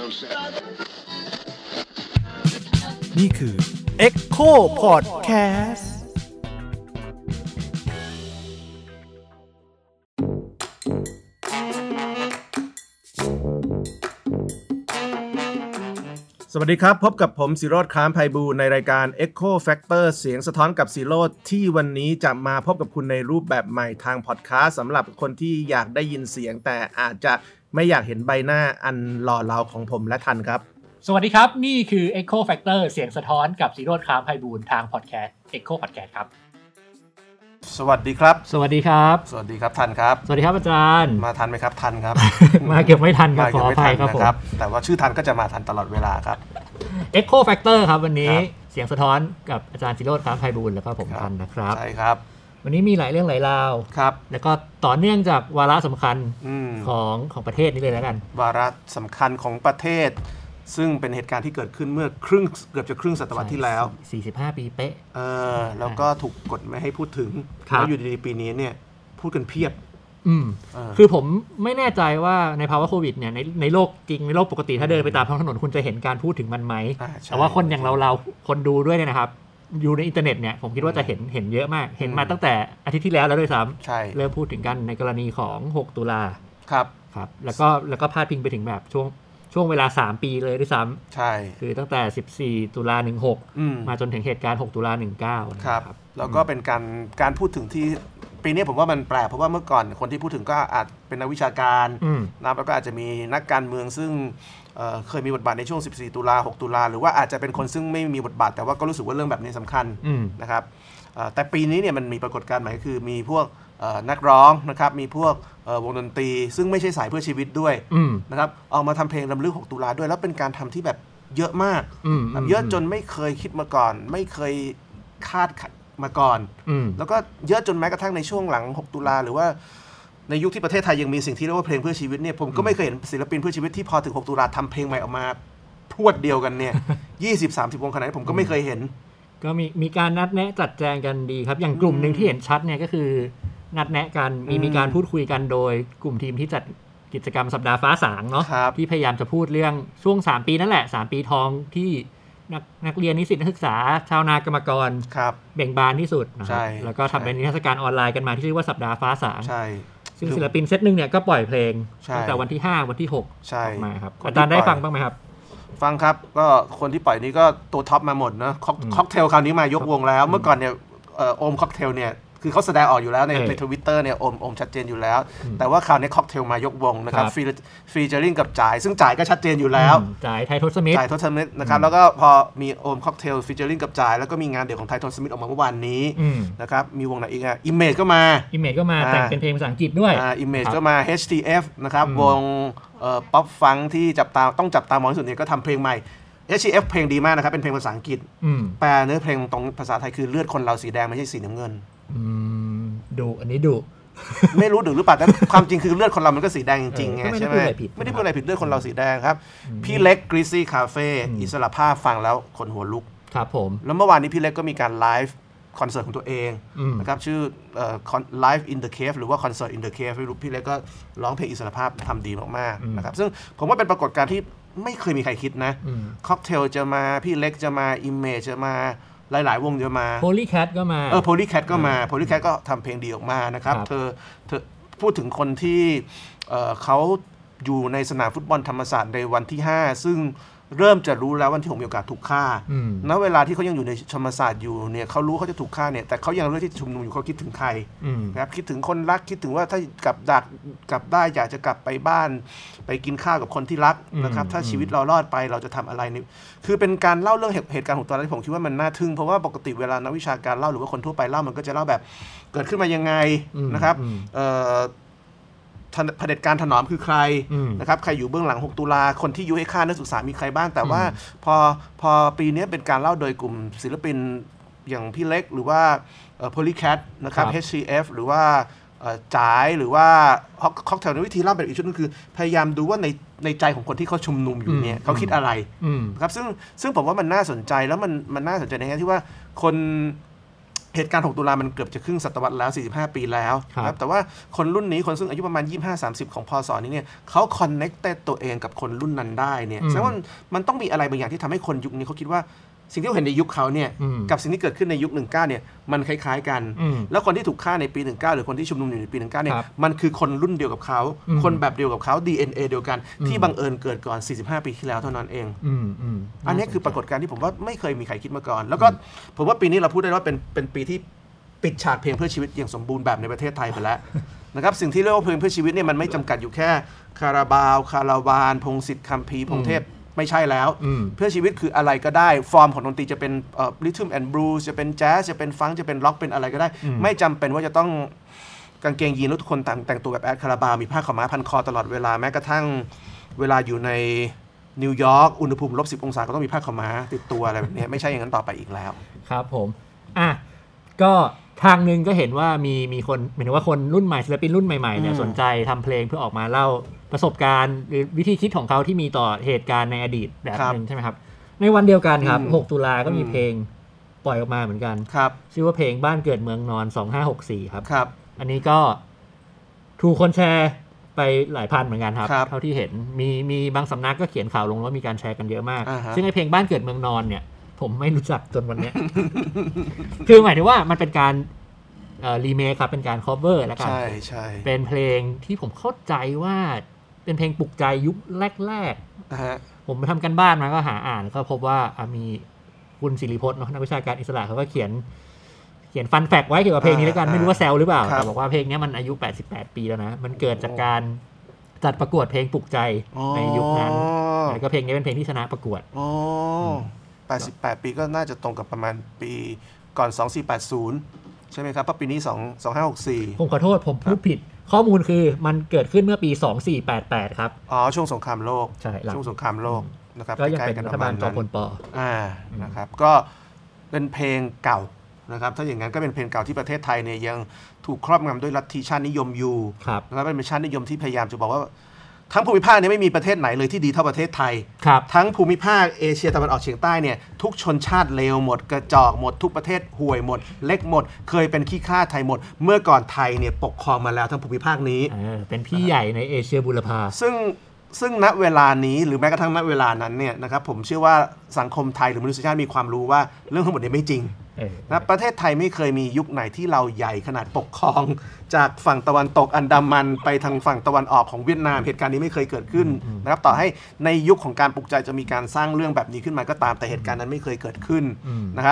นี่คือ Echo Podcastสวัสดีครับพบกับผมศิโรจน์ ค้ามไพบูลย์ในรายการ Echo Factor เสียงสะท้อนกับศิโรจน์ที่วันนี้จะมาพบกับคุณในรูปแบบใหม่ทางพอดคาสต์สำหรับคนที่อยากได้ยินเสียงแต่อาจจะไม่อยากเห็นใบหน้าอันหล่อเหลาของผมและทันครับสวัสดีครับนี่คือ Echo Factor เสียงสะท้อนกับศิโรจน์ ค้ามไพบูลย์ทางพอดแคสต์ Echo Podcast ครับสวัสดีครับสวัสดีครับสวัสดีครับทันครับสวัสดีครับอาจารย์มาทันไหมครับทันครับมาเก็บไม่ทันครับขออภัยครับผมแต่ว่าชื่อทันก็จะมาทันตลอดเวลาครับ Echo Factor ครับวันนี้เสียงสะท้อนกับอาจารย์ศิโรจน์ ค้ามไพบูลย์แล้วก็ผมทันนะครับใช่ครับวันนี้มีหลายเรื่องหลายราวครับแล้วก็ต่อเนื่องจากวาระสำคัญของประเทศนี้เลยแล้วกันวาระสำคัญของประเทศซึ่งเป็นเหตุการณ์ที่เกิดขึ้นเมื่อเกือบจะครึ่งศตวรรษที่แล้ว 45ปีเป๊ะแล้วก็ถูกกดไม่ให้พูดถึงแล้วอยู่ดีๆปีนี้เนี่ยพูดกันเพียบคือผมไม่แน่ใจว่าในภาวะโควิดเนี่ยในโลกจริงในโลกปกติถ้าเดินไปตามท้องถนนคุณจะเห็นการพูดถึงมันไหมแต่ว่าคนอย่างเราคนดูด้วยเนี่ยนะครับอยู่ในอินเทอร์เน็ตเนี่ยผมคิดว่าจะเห็นเยอะมากเห็นมาตั้งแต่อาทิตย์ที่แล้วด้วยซ้ำเริ่มพูดถึงกันในกรณีของ6ตุลาครับแล้วก็พาดพิงไปถึงแบบช่วงเวลา3ปีเลยด้วยซ้ำใช่คือตั้งแต่14ตุลา16มาจนถึงเหตุการณ์6ตุลา19 ครับแล้วก็เป็นการพูดถึงที่ปีนี้ผมว่ามันแปลกเพราะว่าเมื่อก่อนคนที่พูดถึงก็อาจเป็นนักวิชาการนะแล้วก็อาจจะมีนักการเมืองซึ่งเคยมีบทบาทในช่วง14ตุลา6ตุลาหรือว่าอาจจะเป็นคนซึ่งไม่มีบทบาทแต่ว่าก็รู้สึกว่าเรื่องแบบนี้สำคัญนะครับแต่ปีนี้เนี่ยมันมีปรากฏการณ์ใหม่คือมีพวกนักร้องนะครับมีพวกวงดนตรีซึ่งไม่ใช่สายเพื่อชีวิตด้วยนะครับออกมาทำเพลงรำลึก6ตุลาด้วยแล้วเป็นการทำที่แบบเยอะมากเยอะจนไม่เคยคิดมาก่อนไม่เคยคาดมาก่อนแล้วก็เยอะจนแม้กระทั่งในช่วงหลัง6ตุลาหรือว่าในยุคที่ประเทศไทยยังมีสิ่งที่เรียกว่าเพลงเพื่อชีวิตเนี่ยผมก็ไม่เคยเห็นศิลปินเพื่อชีวิตที่พอถึง6ตุลาทำเพลงใหม่ออกมาพรวดเดียวกันเนี่ย 20-30 วงขนาดนี้ผมก็ไม่เคยเห็นก็มีการนัดแนะจัดแจงกันดีครับอย่างกลุ่มหนึ่งที่เห็นชัดเนี่ยก็คือนัดแนะกันมีการพูดคุยกันโดยกลุ่มทีมที่จัดกิจกรรมสัปดาห์ฟ้าสางเนาะที่พยายามจะพูดเรื่องช่วง3ปีนั่นแหละ3ปีทองที่นักเรียนนิสิตนักศึกษาชาวนากรรมกรเบ่งบานที่สุดนะครับแล้วก็ทำเป็นนิทรรศการออนไลน์กันมาที่เรียกว่าสัปดาห์ฟ้าสางซึ่งศิลปินเซตนึงเนี่ยก็ปล่อยเพลงตั้งแต่วันที่5วันที่6ออกมาครับอาจารย์ได้ฟังบ้างไหมครับฟังครับก็คนที่ปล่อยนี้ก็ตัวท็อปมาหมดนะค็อกเทลคราวนี้มายกวงแล้วเมื่อก่อนเนี่ยโอมค็อกเทลเนี่ยคือเขาแสดงออกอยู่แล้วใน Twitter เนี่ยโอมชัดเจนอยู่แล้วแต่ว่าคราวนี้ค็อกเทลมายกวงนะครับฟีเจอริ่งกับจ่ายซึ่งจ่ายก็ชัดเจนอยู่แล้วจ่ายไททอสมิธนะครับแล้วก็พอมีโอมค็อกเทลฟีเจอริ่งกับจ่ายแล้วก็มีงานเดี่ยวของไททอสมิธออกมาเมื่อวานนี้นะครับมีวงไหนอีกอ่ะอิมเมจก็มาแต่งเป็นเพลงภาษาอังกฤษด้วยอิมเมจก็มา HTF นะครับวงป๊อปฟังที่ต้องจับตามองที่สุดเนี่ยก็ทำเพลงใหม่ HTF เพลงดีมากนะครับเป็นเพลงภาษาอังกฤษแปลเนื้อเพลงตรงภาษาไทยคือเลือดคนเราสีแดงไม่ใช่สีน้ำเงินดูอันนี้ดูไม่รู้หรือเปล่าแต่ความจริงคือเลือดคนเรามันก็สีแดงจริงๆไงใช่ไหมไม่ได้พูดอะไรผิดเลือดคนเราสีแดงครับพี่เล็ก Greasy Cafe อิสระภาพฟังแล้วคนหัวลุกครับผมแล้วเมื่อวานนี้พี่เล็กก็มีการไลฟ์คอนเสิร์ตของตัวเองนะครับชื่อLive in the Cave หรือว่า Concert in the Cave พี่เล็กก็ร้องเพลงอิสระภาพทำดีมากๆนะครับซึ่งผมว่าเป็นปรากฏการณ์ที่ไม่เคยมีใครคิดนะค็อกเทลจะมาพี่เล็กจะมาอิมเมจจะมาหลายๆวงจะมา Polycat ก็มา Polycat ก็มา Polycat ก็ทำเพลงดีออกมานะครับเธอพูดถึงคนที่เขาอยู่ในสนามฟุตบอลธรรมศาสตร์ในวันที่5ซึ่งเริ่มจะรู้แล้ววันที่6มีโอกาสถูกฆ่าณเวลาที่เขายังอยู่ในธรรมศาสตร์อยู่เนี่ยเขารู้เขาจะถูกฆ่าเนี่ยแต่เขายังเลือกที่จะชุมนุมอยู่เขาคิดถึงใครนะครับคิดถึงคนรักคิดถึงว่าถ้ากลับได้อยากจะกลับไปบ้านไปกินข้าวกับคนที่รักนะครับถ้าชีวิตเรารอดไปเราจะทำอะไรนี่คือเป็นการเล่าเรื่องเหตุการณ์ของตอนนั้นที่ผมคิดว่ามันน่าทึ่งเพราะว่าปกติเวลานักวิชาการเล่าหรือว่าคนทั่วไปเล่ามันก็จะเล่าแบบเกิดขึ้นมายังไงนะครับเผด็จการถนอมคือใครนะครับใครอยู่เบื้องหลัง6ตุลาคนที่ยุให้ฆ่านักศึกษามีใครบ้างแต่ว่าพอปีนี้เป็นการเล่าโดยกลุ่มศิลปินอย่างพี่เล็กหรือว่าPolycat นะครับ HCF หรือว่าจ๋ายหรือว่าค็อกเทลในวิธีเล่าแบบอีกชุดนึงคือพยายามดูว่าในใจของคนที่เขาชุมนุมอยู่เนี่ยเขาคิดอะไรนะครับซึ่งผมว่ามันน่าสนใจแล้วมันน่าสนใจในแง่ที่ว่าคนเหตุการณ์6ตุลามันเกือบจะครึ่งศตวรรษแล้ว45ปีแล้วครับแต่ว่าคนรุ่นนี้คนซึ่งอายุประมาณ25-30ของพศนี้เนี่ยเขาคอนเนคเต็ดตัวเองกับคนรุ่นนั้นได้เนี่ยแสดงว่ามันต้องมีอะไรบางอย่างที่ทำให้คนยุคนี้เขาคิดว่าสิ่งที่เราเห็นในยุคเขาเนี่ยกับสิ่งที่เกิดขึ้นในยุค19เนี่ยมันคล้ายๆกันแล้วคนที่ถูกฆ่าในปี19หรือคนที่ชุมนุมอยู่ในปี19เนี่ยมันคือคนรุ่นเดียวกับเขาคนแบบเดียวกับเขา DNA เดียวกันที่บังเอิญเกิดก่อน45ปีที่แล้วเท่านั้นเองอันนี้คือปรากฏการณ์ที่ผมว่าไม่เคยมีใครคิดมาก่อนแล้วก็ผมว่าปีนี้เราพูดได้ว่าเป็นปีที่ปิดฉากเพลงเพื่อชีวิตอย่างสมบูรณ์แบบในประเทศไทยไปแล้วนะครับสิ่งที่เรียกว่าเพลงเพื่อชีวิตเนี่ยมันไม่จำกัดอยู่แค่คาราบาวคาราวานพงศิษฐ์คัมภีร์พงเทพไม่ใช่แล้วเพื่อชีวิตคืออะไรก็ได้ฟอร์มของดนตรีจะเป็นริทึมแอนด์บลูส์จะเป็นแจ๊สจะเป็นฟังก์จะเป็นล็อกเป็นอะไรก็ได้ไม่จำเป็นว่าจะต้องกางเกงยีนแล้วทุกคนแต่งตัวแบบแอดคาราบาวมีผ้าขาวม้าพันคอตลอดเวลาแม้กระทั่งเวลาอยู่ในนิวยอร์กอุณหภูมิ-10 องศาก็ต้องมีผ้าขาวม้าติดตัวอะไรแบบนี้ไม่ใช่อย่างนั้นต่อไปอีกแล้วครับผมก็ทางนึงก็เห็นว่ามีคนหมายถึงว่าคนรุ่นใหม่ศิลปินรุ่นใหม่ๆเนี่ยสนใจทำเพลงเพื่อออกมาเล่าประสบการณ์หรือวิธีคิดของเขาที่มีต่อเหตุการณ์ในอดีตแบบนึงใช่ไหมครับในวันเดียวกันครับ6ตุลาก็มีเพลงปล่อยออกมาเหมือนกันชื่อว่าเพลงบ้านเกิดเมืองนอน2564ครับอันนี้ก็ถูกคนแชร์ไปหลายพันเหมือนกันครับเท่าที่เห็นมีบางสำนักก็เขียนข่าวลงว่ามีการแชร์กันเยอะมากซึ่งไอ้เพลงบ้านเกิดเมืองนอนเนี่ยผมไม่รู้จักจนวันนี้ คือหมายถึงว่ามันเป็นการรีเมคครับเป็นการ cover แล้วกันใช่เป็นเพลงที่ผมเข้าใจว่าเป็นเพลงปลุกใจยุคแรกๆผมไปทำกันบ้านมาก็หาอ่านก็พบว่ามีคุณศิริพจน์นักวิชาการอิสระเขาก็เขียนฟันแฟกไว้เกี่ยวกับเพลงนี้แล้วกันไม่รู้ว่าแซวหรือเปล่าแต่บอกว่าเพลงนี้มันอายุ88ปีแล้วนะมันเกิดจากการจัดประกวดเพลงปลุกใจในยุคนั้นแล้วก็เพลงนี้เป็นเพลงที่ชนะประกวด 88ปีก็น่าจะตรงกับประมาณปีก่อน2480ใช่ไหมครับเพราะปีนี้2564 ผมขอโทษผมพูดผิดข้อมูลคือมันเกิดขึ้นเมื่อปี2488ครับช่วงสงครามโลกใช่ช่วงสงครามโลกนะครับก็ยังเป็นรัฐบาลจอมพลป. นะครับก็เป็นเพลงเก่านะครับถ้าอย่างนั้นก็เป็นเพลงเก่าที่ประเทศไทยเนี่ยยังถูกครอบงำด้วยลัทธิชาตินิยมอยู่นะครับเป็นชาตินิยมที่พยายามจะบอกว่าทั้งภูมิภาคนี้ไม่มีประเทศไหนเลยที่ดีเท่าประเทศไทยทั้งภูมิภาคเอเชียตะวันออกเฉียงใต้เนี่ยทุกชนชาติเลวหมดกระจอกหมดทุกประเทศห่วยหมดเล็กหมดเคยเป็นขี้ข้าไทยหมดเมื่อก่อนไทยเนี่ยปกครองมาแล้วทั้งภูมิภาคนี้เป็นพี่ใหญ่ในเอเชียบูรพาซึ่งณเวลานี้หรือแม้กระทั่งณเวลานั้นเนี่ยนะครับผมเชื่อว่าสังคมไทยหรือมนุษยชาติมีความรู้ว่าเรื่องทั้งหมดนี้ไม่จริงนะประเทศไทยไม่เคยมียุคไหนที่เราใหญ่ขนาดปกครองจากฝั่งตะวันตกอันดามันไปทางฝั่งตะวันออกของเวียดนามเหตุการณ์นี้ไม่เคยเกิดขึ้นนะครับต่อให้ในยุคของการปลุกใจจะมีการสร้างเรื่องแบบนี้ขึ้นมาก็ตามแต่เหตุการณ์นั้นไม่เคยเกิดขึ้นนะครับ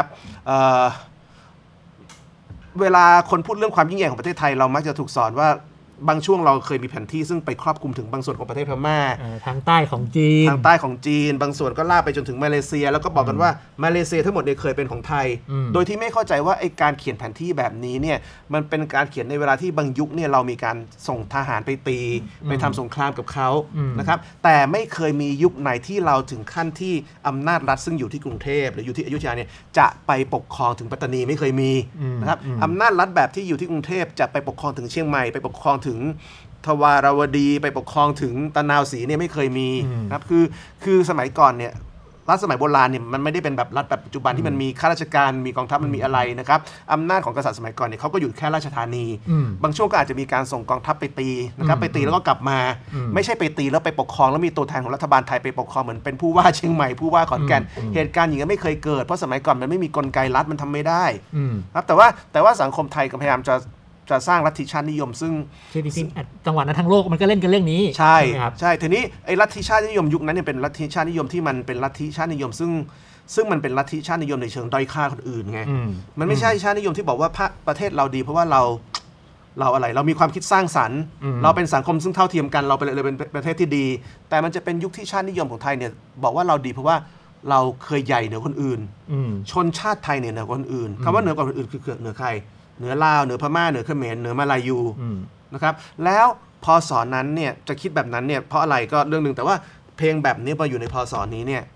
เวลาคนพูดเรื่องความยิ่งใหญ่ของประเทศไทยเรามักจะถูกสอนว่าบางช่วงเราเคยมีแผนที่ซึ่งไปครอบคลุมถึงบางส่วนของประเทศพม่าทางใต้ของจีนบางส่วนก็ลากไปจนถึงมาเลเซียแล้วก็บอกกันว่ามาเลเซียทั้งหมดเนี่ยเคยเป็นของไทยโดยที่ไม่เข้าใจว่าไอ้การเขียนแผนที่แบบนี้เนี่ยมันเป็นการเขียนในเวลาที่บางยุคเนี่ยเรามีการส่งทหารไปตีไปทำสงครามกับเขานะครับแต่ไม่เคยมียุคไหนที่เราถึงขั้นที่อำนาจรัฐซึ่งอยู่ที่กรุงเทพหรืออยู่ที่อยุธยาเนี่ยจะไปปกครองถึงปัตตานีไม่เคยมีนะครับอำนาจรัฐแบบที่อยู่ที่กรุงเทพจะไปปกครองถึงเชียงใหม่ไปปกครองถึงทวารวดีไปปกครองถึงตะนาวศรีเนี่ยไม่เคยมีนะครับคือสมัยก่อนเนี่ยรัฐสมัยโบราณเนี่ยมันไม่ได้เป็นแบบรัฐแบบปัจจุบันที่มันมีข้าราชการมีกองทัพมันมีอะไรนะครับอำนาจของกษัตริย์สมัยก่อนเนี่ยเขาก็อยู่แค่ราชธานีบางช่วงก็อาจจะมีการส่งกองทัพไปตีนะครับไปตีแล้วก็กลับมาไม่ใช่ไปตีแล้วไปปกครองแล้วมีตัวแทนของรัฐบาลไทยไปปกครองเหมือนเป็นผู้ว่าเชียงใหม่ผู้ว่าขอนแก่นเหตุการณ์อย่างนี้ไม่เคยเกิดเพราะสมัยก่อนมันไม่มีกลไกรัฐมันทำไม่ได้ครับแต่ว่าสังคมไทยก็พยายามจะสร้างลัทธิชาตินิยมซึ่งจริงๆจังหวัดนั้นทั้งโลกมันก็เล่นกันเรื่องนี้ใช่ใช่ทีนี้ไอ้ลัทธิชาตินิยมยุคนั้นเนี่ยเป็นลัทธิชาตินิยมที่มันเป็นลัทธิชาตินิยมซึ่งมันเป็นลัทธิชาตินิยมในเชิงด้อยค่าคนอื่นไงมันไม่ใช่ชาตินิยมที่บอกว่าประเทศเราดีเพราะว่าเราอะไรเรามีความคิดสร้างสรรค์เราเป็นสังคมซึ่งเท่าเทียมกันเราเป็นประเทศที่ดีแต่มันจะเป็นยุคที่ชาตินิยมของไทยเนี่ยบอกว่าเราดีเพราะว่าเราเคยใหญ่เหนือคนอื่นชนชาติไทยเนี่ยเหนือคนอื่นคำว่าเหนือกว่าคนอื่นคือเหนือใครเหนือลาวเหนือพม่าเหนือเขมรเหนือมาลายูนะครับแล้วพศนั้นเนี่ยจะคิดแบบนั้นเนี่ยเพราะอะไรก็เรื่องนึงแต่ว่าเพลงแบบนี้พออยู่ในพศนี้เนี่ย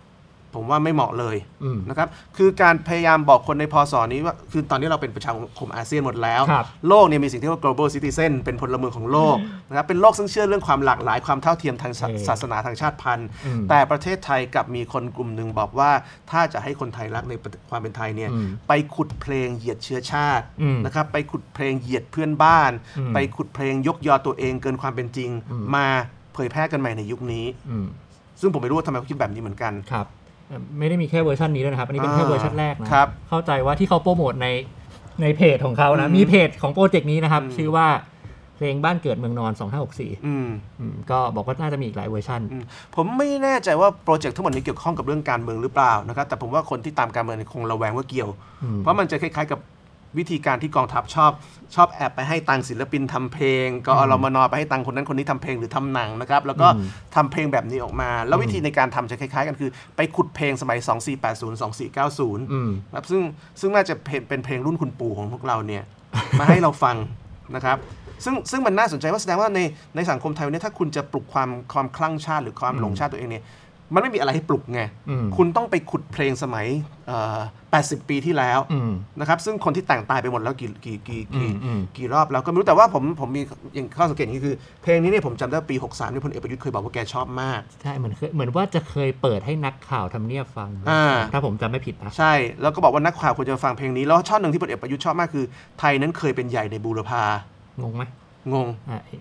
ผมว่าไม่เหมาะเลยนะครับคือการพยายามบอกคนในพศนี้ว่าคือตอนนี้เราเป็นประชาคมอาเซียนหมดแล้วโลกเนี่ยมีสิ่งที่เรียกว่า global citizen เป็นพลเมืองของโลกนะครับเป็นโลกซึ่งเชื่อเรื่องความหลากหลายความเท่าเทียมทางศาสนาทางชาติพันธุ์แต่ประเทศไทยกับมีคนกลุ่มหนึ่งบอกว่าถ้าจะให้คนไทยรักในความเป็นไทยเนี่ยไปขุดเพลงเหยียดเชื้อชาตินะครับไปขุดเพลงเหยียดเพื่อนบ้านไปขุดเพลงยกยอตัวเองเกินความเป็นจริงมาเผยแพร่กันใหม่ในยุคนี้ซึ่งผมไม่รู้ว่าทำไมเขาคิดแบบนี้เหมือนกันครับไม่ได้มีแค่เวอร์ชันนี้ด้วยนะครับอันนี้เป็นแค่เวอร์ชันแรกนะเข้าใจว่าที่เขาโปรโมทในเพจของเขานะมีเพจของโปรเจกต์นี้นะครับชื่อว่าเพลงบ้านเกิดเมืองนอน2564ก็บอกว่าน่าจะมีอีกหลายเวอร์ชันผมไม่แน่ใจว่าโปรเจกต์ทั้งหมดนี้เกี่ยวข้องกับเรื่องการเมืองหรือเปล่านะครับแต่ผมว่าคนที่ตามการเมืองคงระแวงว่าเกี่ยวเพราะมันจะคล้ายๆกับวิธีการที่กองทัพชอบแอบไปให้ตังค์ศิลปินทำเพลงกอรมน.ไปให้ตังค์คนนั้นคนนี้ทำเพลงหรือทำหนังนะครับแล้วก็ทำเพลงแบบนี้ออกมาแล้ววิธีในการทำจะคล้ายๆกันคือไปขุดเพลงสมัย2480 2490นะครับซึ่งน่าจะเป็นเพลงรุ่นคุณปู่ของพวกเราเนี่ยมาให้เราฟังนะครับซึ่งมันน่าสนใจว่าแสดงว่าในสังคมไทยเนี่ยถ้าคุณจะปลุกความคลั่งชาติหรือความหลงชาติตัวเองเนี่ยมันไม่มีอะไรให้ปลุกไงคุณต้องไปขุดเพลงสมัย80 ปีที่แล้วนะครับซึ่งคนที่แต่งตายไปหมดแล้วกี่รอบแล้วก็ไม่รู้แต่ว่าผมมีอย่างข้อสังเกตนี้คือเพลงนี้เนี่ยผมจำได้ปี63นี่พลเอกประยุทธ์เคยบอกว่าแกชอบมากใช่เหมือนว่าจะเคยเปิดให้นักข่าวทำเนียบฟังถ้าผมจำไม่ผิดนะใช่แล้วก็บอกว่านักข่าวควรจะฟังเพลงนี้แล้วช่อหนึ่งที่พลเอกประยุทธ์ชอบมากคือไทยนั้นเคยเป็นใหญ่ในบูรพางงไหมงง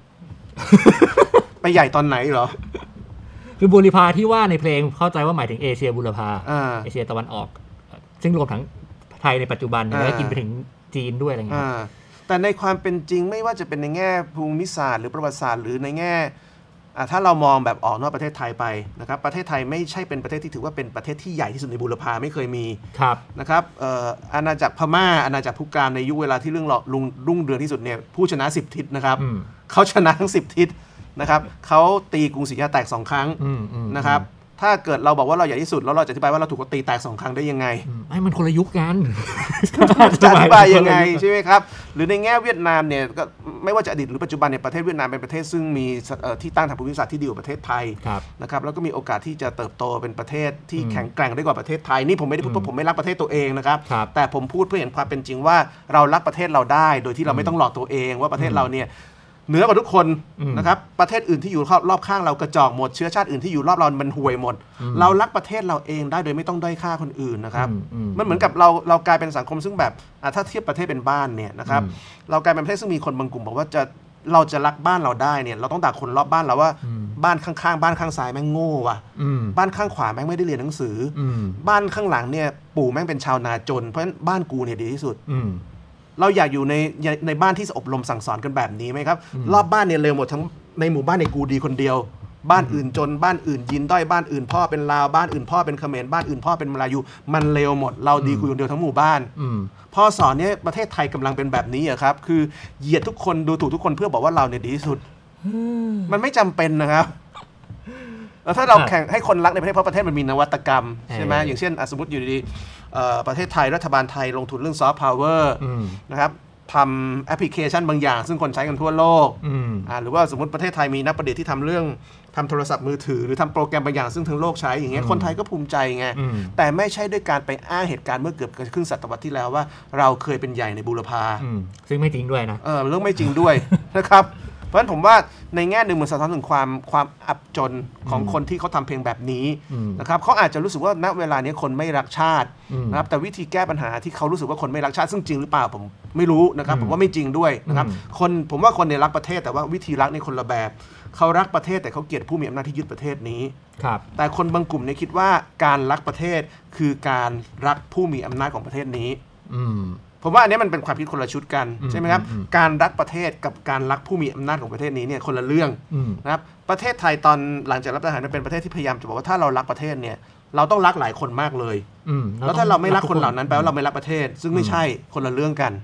ไปใหญ่ตอนไหนเหรอคือบูรพาที่ว่าในเพลงเข้าใจว่าหมายถึงเอเชียบูรพาเอเชียตะวันออกซึ่งรวมทั้งไทยในปัจจุบันแล้วก็กินไปถึงจีนด้วยอะไรเงี้ยแต่ในความเป็นจริงไม่ว่าจะเป็นในแง่ภูมิศาสตร์หรือประวัติศาสตร์หรือในแง่ถ้าเรามองแบบออกนอกประเทศไทยไปนะครับประเทศไทยไม่ใช่เป็นประเทศที่ถือว่าเป็นประเทศที่ใหญ่ที่สุดในบูรพาไม่เคยมีนะครับอาณาจักรพม่าอาณาจักรพุการในยุคเวลาที่เรื่องรุ่งเรืองที่สุดเนี่ยผู้ชนะ10 ทิศนะครับเขาชนะทั้ง10 ทิศนะครับเขาตีกรุงศรีอยุธยาแตก2 ครั้งนะครับถ้าเกิดเราบอกว่าเราใหญ่ที่สุดแล้วเราจะอธิบายว่าเราถูกตีแตก2 ครั้งได้ยังไงไม่มันคนละยุคกันจะอธิบายยังไงใช่ไหมครับหรือในแง่เวียดนามเนี่ยก็ไม่ว่าจะอดีตหรือปัจจุบันเนี่ยประเทศเวียดนามเป็นประเทศซึ่งมีที่ตั้งทางภูมิศาสตร์ที่ดีกว่าประเทศไทยนะครับแล้วก็มีโอกาสที่จะเติบโตเป็นประเทศที่แข็งแกร่งได้กว่าประเทศไทยนี่ผมไม่ได้พูดเพราะผมไม่รักประเทศตัวเองนะครับแต่ผมพูดเพื่อเห็นความเป็นจริงว่าเรารักประเทศเราได้โดยที่เราไม่ต้องหลอกตัวเองว่าประเทศเราเนี่ยเหนือกว่าทุกคนนะครับประเทศอื่นที่อยู่รอบข้างเรากระจอกหมดเชื้อชาติอื่นที่อยู่รอบเรามันห่วยหมดเรารักประเทศเราเองได้โดยไม่ต้องด้อยค่าคนอื่นนะครับมันเหมือนกับเรากลายเป็นสังคมซึ่งแบบถ้าเทียบประเทศเป็นบ้านเนี่ยนะครับเรากลายเป็นประเทศซึ่งมีคนบางกลุ่มบอกว่าเราจะรักบ้านเราได้เนี่ยเราต้องด่าคนรอบบ้านเราว่าบ้านข้างๆบ้านข้างซ้ายแม่งโง่ว่ะบ้านข้างขวาแม่งไม่ได้เรียนหนังสือบ้านข้างหลังเนี่ยปู่แม่งเป็นชาวนาจนเพราะฉะนั้นบ้านกูเนี่ยดีที่สุดเราอยากอยู่ในบ้านที่อบรมสั่งสอนกันแบบนี้ไหมครับรอบบ้านเนี่ยเลวหมดทั้งในหมู่บ้านในกูดีคนเดียวบ้านอื่นจนบ้านอื่นยินด้อยบ้านอื่นพ่อเป็นลาวบ้านอื่นพ่อเป็นเขมรบ้านอื่นพ่อเป็นมลายูมันเลวหมดเราดีกูคนเดียวทั้งหมู่บ้านพ่อสอนเนี่ยประเทศไทยกำลังเป็นแบบนี้อะครับคือเหยียดทุกคนดูถูกทุกคนเพื่อบอกว่าเราเนี่ยดีที่สุดมันไม่จำเป็นนะครับแล้วถ้าเราแข่งให้คนรักในประเทศเพราะประเทศมันมีนวัตกรรมใช่ไหมอย่างเช่นสมมติอยู่ดีประเทศไทยรัฐบาลไทยลงทุนเรื่องซอฟต์พาวเวอร์นะครับทำแอปพลิเคชันบางอย่างซึ่งคนใช้กันทั่วโลกหรือว่าสมมติประเทศไทยมีนักประดิษฐ์ที่ทำเรื่องทำโทรศัพท์มือถือหรือทำโปรแกรมบางอย่างซึ่งทั้งโลกใช้อย่างเงี้ยคนไทยก็ภูมิใจไงแต่ไม่ใช่ด้วยการไปอ้างเหตุการณ์เมื่อเกือบครึ่งศตวรรษที่แล้วว่าเราเคยเป็นใหญ่ในบูรพาซึ่งไม่จริงด้วยนะเรื่องไม่จริงด้วยนะครับเพราะฉะนั้นผมว่าในแง่หนึ่งมันสะท้อนถึงความอับจนของคนที่เขาทำเพลงแบบนี้นะครับเขาอาจจะรู้สึกว่าณเวลานี้คนไม่รักชาตินะครับแต่วิธีแก้ปัญหาที่เขารู้สึกว่าคนไม่รักชาติซึ่งจริงหรือเปล่าผมไม่รู้นะครับผมว่าไม่จริงด้วยนะครับผมว่าคนเนี่ยรักประเทศแต่ว่าวิธีรักในคนละแบบเขารักประเทศแต่เขาเกลียดผู้มีอำนาจที่ยึดประเทศนี้แต่คนบางกลุ่มเนี่ยคิดว่าการรักประเทศคือการรักผู้มีอำนาจของประเทศนี้ผมว่าอันนี้มันเป็นความคิดคนละชุดกันใช่ไหมครับการรักประเทศกับการรักผู้มีอำนาจของประเทศนี้เนี่ยคนละเรื่องนะครับประเทศไทยตอนหลังจากรัฐประหารเป็นประเทศที่พยายามจะบอกว่าถ้าเรารักประเทศเนี่ยเราต้องรักหลายคนมากเลยแล้วถ้าเราไม่รักคนเหล่านั้นแปลว่าเราไม่รักประเทศซึ่งไม่ใช่คนละเรื่องกัน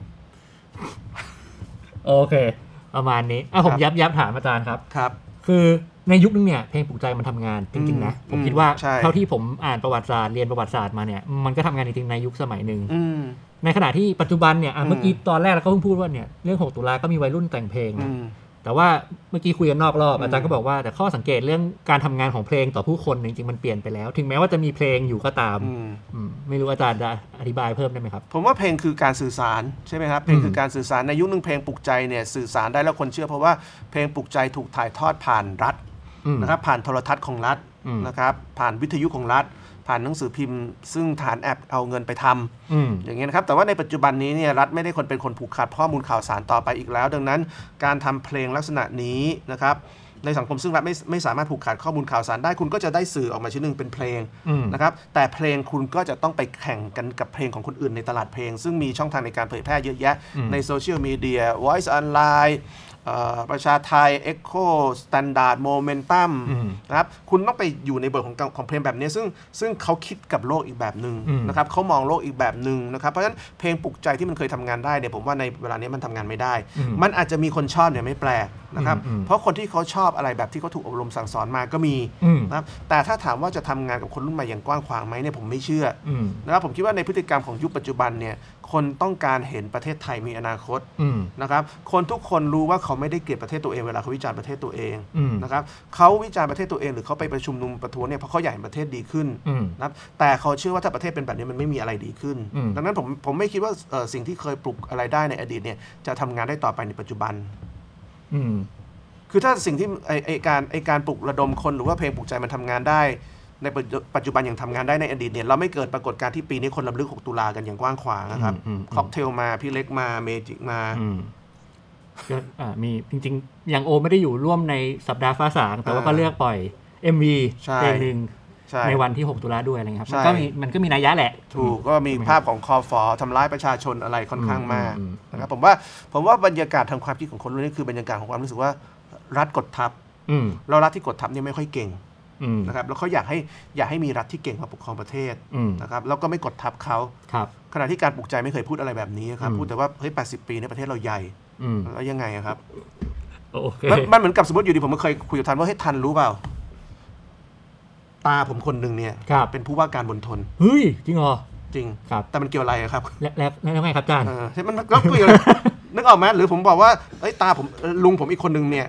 โอเคประมาณนี้ผมย้ำถามอาจารย์ครับครับคือในยุคนึงเนี่ยเพลงปลุกใจมันทำงานจริงๆนะผมคิดว่าเท่าที่ผมอ่านประวัติศาสตร์เรียนประวัติศาสตร์มาเนี่ยมันก็ทำงานจริงๆในยุคสมัยนึงในขณะที่ปัจจุบันเนี่ยเมื่อกี้ตอนแรกเราก็เพิ่งพูดว่าเนี่ยเรื่อง6 ตุลาก็มีวัยรุ่นแต่งเพลงแต่ว่าเมื่อกี้คุยกันนอกรอบอาจารย์ก็บอกว่าแต่ข้อสังเกตเรื่องการทำงานของเพลงต่อผู้คนจริงๆมันเปลี่ยนไปแล้วถึงแม้ว่าจะมีเพลงอยู่ก็ตามไม่รู้อาจารย์จะอธิบายเพิ่มได้ไหมครับผมว่าเพลงคือการสื่อสารใช่ไหมครับเพลงคือการสื่อสารในยุคนึงเพลงปลุกใจเนี่ยสื่อสารได้แล้วคนเชื่อเพราะว่าเพลงปลุกใจถูกถ่ายทอดผ่านรัฐนะครับผ่านโทรทัศน์ของรัฐนะครับผ่านวิทยุของรัฐผ่านหนังสือพิมพ์ซึ่งฐานแอปเอาเงินไปทำอย่างเงี้ยนะครับแต่ว่าในปัจจุบันนี้เนี่ยรัฐไม่ได้เป็นคนผูกขาดข้อมูลข่าวสารต่อไปอีกแล้วดังนั้นการทำเพลงลักษณะนี้นะครับในสังคมซึ่งรัฐไม่สามารถผูกขาดข้อมูลข่าวสารได้คุณก็จะได้สื่อออกมาชิ้นหนึ่งเป็นเพลงนะครับแต่เพลงคุณก็จะต้องไปแข่งกันกับเพลงของคนอื่นในตลาดเพลงซึ่งมีช่องทางในการเผยแพร่เยอะแยะในโซเชียลมีเดีย Voice Onlineประชาไทย Echo Standard Momentum นะครับคุณต้องไปอยู่ในบทของเพลงแบบนี้ซึ่งเขาคิดกับโลกอีกแบบหนึ่งนะครับเขามองโลกอีกแบบหนึ่งนะครับเพราะฉะนั้นเพลงปลุกใจที่มันเคยทำงานได้เนี่ยผมว่าในเวลานี้มันทำงานไม่ได้มันอาจจะมีคนชอบเนี่ยไม่แปลกนะครับเพราะคนที่เขาชอบอะไรแบบที่เขาถูกอบรมสั่งสอนมาก็มีนะครับแต่ถ้าถามว่าจะทำงานกับคนรุ่นใหม่อย่างกว้างขวางไหมเนี่ยผมไม่เชื่อนะครับผมคิดว่าในพฤติกรรมของยุคปัจจุบันเนี่ยคนต้องการเห็นประเทศไทยมีอนาคตนะครับคนทุกคนรู้ว่าเขาไม่ได้เกลียดประเทศตัวเองเวลาเขาวิจารณ์ประเทศตัวเองนะครับเขาวิจารณ์ประเทศตัวเองหรือเขาไปประชุมนุมประท้วงเนี่ยเพราะเขาอยากเห็นประเทศดีขึ้นนะครับแต่เขาเชื่อว่าถ้าประเทศเป็นแบบนี้มันไม่มีอะไรดีขึ้นดังนั้นผมไม่คิดว่าสิ่งที่เคยปลุกอะไรได้ในอดีตเนี่ยจะทำงานได้ต่อไปในปัจจุบันคือถ้าสิ่งที่การปลุกระดมคนหรือว่าเพลงปลุกใจมันทำงานได้ในปัจจุบันยังทำงานได้ในอดีตเนี่ยเราไม่เกิดปรากฏการณ์ที่ปีนี้คนรำลึก6ตุลากันอย่างกว้างขวางนะครับค็อกเทลมาพี่เล็กมาเมจิกมาก็มีจริงๆอย่างโอไม่ได้อยู่ร่วมในสัปดาห์ฟ้าสางแต่ว่าก็เลือกปล่อย MV เพลงหนึ่งในวันที่6ตุลาด้วยอะไรครับมันก็มีนัยยะแหละถูกก็มีภาพของคอฟอทำร้ายประชาชนอะไรค่อนข้างมากนะครับผมว่าบรรยากาศทางความคิดของคนรุ่นนี้คือบรรยากาศของความรู้สึกว่ารัฐกดทับแล้วรัฐที่กดทับนี่ไม่ค่อยเก่งนะครับแล้วเขาอยากให้มีรัฐที่เก่งมาปกครองประเทศนะครับแล้วก็ไม่กดทับเขาขณะที่การปลุกใจไม่เคยพูดอะไรแบบนี้ครับพูดแต่ว่าเฮ้ย80 ปีในประเทศเราใหญ่แล้วยังไงครับมันเหมือนกับสมมติอยู่ดีผมเคยคุยกับทันว่าให้ทันรู้เปล่าตาผมคนหนึ่งเนี่ยเป็นผู้ว่าการมณฑลเฮ้ยจริงเหรอจริงแต่มันเกี่ยวอะไรครับแล้วไงครับอาจารย์ใช่มันก็คุยกันนึกออกไหมหรือผมบอกว่าเอ้ยตาผมลุงผมอีกคนหนึ่งเนี่ย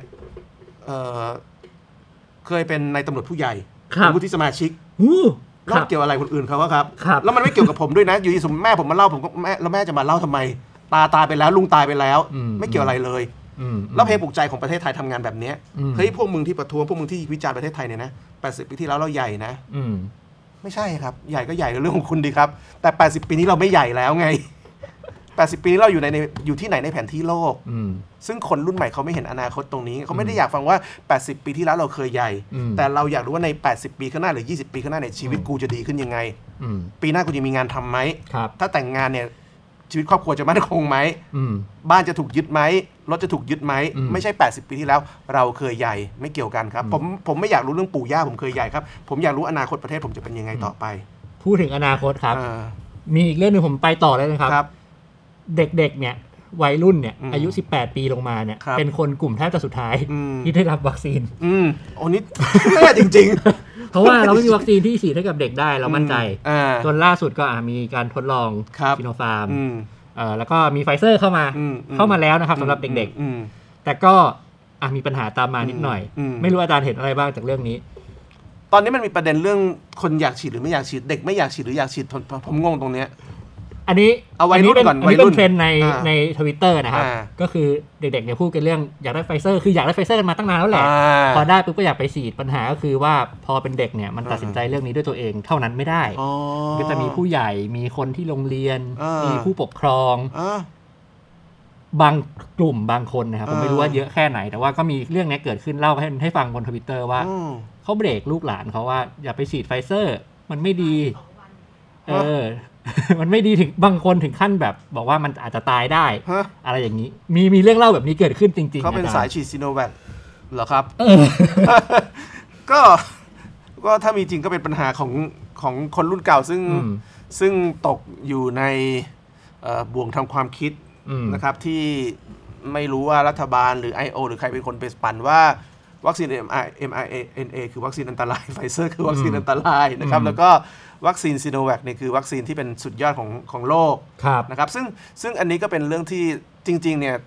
เคยเป็นนายตำรวจผู้ใหญ่เป็นผู้ที่สมาชิกแล้วเกี่ยวอะไรคนอื่นเขาครับแล้วมันไม่เกี่ยวกับผมด้วยนะอยู่ดีสมมติแม่ผมมาเล่าผมก็แม่จะมาเล่าทำไมตายไปแล้วลุงตายไปแล้วไม่เกี่ยวอะไรเลยแล้วเพลงปลุกใจของประเทศไทยทำงานแบบนี้เฮ้ยพวกมึงที่ประท้วงพวกมึงที่วิจารณ์ประเทศไทยเนี่ยนะ80 ปีที่แล้วเราใหญ่นะไม่ใช่ครับใหญ่ก็ใหญ่เรื่องของคุณดีครับแต่80 ปีนี้เราไม่ใหญ่แล้วไง80 ปีนี้เราอยู่ที่ไหนในแผนที่โลกซึ่งคนรุ่นใหม่เขาไม่เห็นอนาคตตรงนี้เขาไม่ได้อยากฟังว่า80 ปีที่แล้วเราเคยใหญ่แต่เราอยากรู้ว่าใน80 ปีข้างหน้าหรือ20 ปีข้างหน้าเนี่ยชีวิตกูจะดีขึ้นยังไงปีหน้ากูจะมีงานทำไหมถ้าแต่งงานเนี่ยชีวิตครอบครัวจะมั่นคงไหมบ้านจะถูกยึดไหมรถจะถูกยึดไหมไม่ใช่80 ปีที่แล้วเราเคยใหญ่ไม่เกี่ยวกันครับผมไม่อยากรู้เรื่องปู่ย่าผมเคยใหญ่ครับผมอยากรู้อนาคตประเทศผมจะเป็นยังไงต่อไปพูดถึงอนาคตครับมีอีกเรื่องนึงผมไปต่อเลยนะครับเด็กๆเนี่ยวัยรุ่นเนี่ยอายุ18 ปีลงมาเนี่ยเป็นคนกลุ่มแทบจะสุดท้ายที่ได้รับวัคซีนโอ้นี่แน่จริงๆเพราะว่าเราไม่มีวัคซีนที่ฉีดให้กับเด็กได้เรามั่นใจจนล่าสุดก็มีการทดลองซิโนฟาร์มแล้วก็มีไฟเซอร์เข้ามาแล้วนะครับสำหรับเด็กๆแต่ก็มีปัญหาตามมานิดหน่อยไม่รู้อาจารย์เห็นอะไรบ้างจากเรื่องนี้ตอนนี้มันมีประเด็นเรื่องคนอยากฉีดหรือไม่อยากฉีดเด็กไม่อยากฉีดหรืออยากฉีดผมงงตรงนี้อันนี้เอาวัยรุ่นก่อนวัยรุ่นเทรนใน Twitter นะครับก็คือเด็กๆเนี่ยพูดกันเรื่องอยากได้ไฟเซอร์คืออยากได้ไฟเซอร์กันมาตั้งนานแล้วแหละพอได้ปุ๊บก็อยากไปฉีดปัญหาก็คือว่าพอเป็นเด็กเนี่ยมันตัดสินใจเรื่องนี้ด้วยตัวเองเท่านั้นไม่ได้ก็จะมีผู้ใหญ่มีคนที่โรงเรียนมีผู้ปกครองบางกลุ่มบางคนนะครับผมไม่รู้ว่าเยอะแค่ไหนแต่ว่าก็มีเรื่องนี้เกิดขึ้นเล่าให้ฟังบน Twitter ว่าเขาเบรกลูกหลานเขาว่าอย่าไปฉีดไฟเซอร์มันไม่ดีมันไม่ดีถึงบางคนถึงขั้นแบบบอกว่ามันอาจจะตายได้อะไรอย่างนี้มีเรื่องเล่าแบบนี้เกิดขึ้นจริงๆเขาเป็นสายฉีดซิโนแวคเหรอครับก็ถ้ามีจริงก็เป็นปัญหาของคนรุ่นเก่าซึ่งตกอยู่ในบ่วงทางความคิดนะครับที่ไม่รู้ว่ารัฐบาลหรือ IO หรือใครเป็นคนไปปั่นว่าวัคซีน mRNA คือวัคซีนอันตรายไฟเซอร์คือวัคซีนอันตรายนะครับแล้วก็วัคซีนซิโนแวคเนี่ยคือวัคซีนที่เป็นสุดยอดของโลกนะครับซึ่งอันนี้ก็เป็นเรื่องที่จริงๆเนี่ย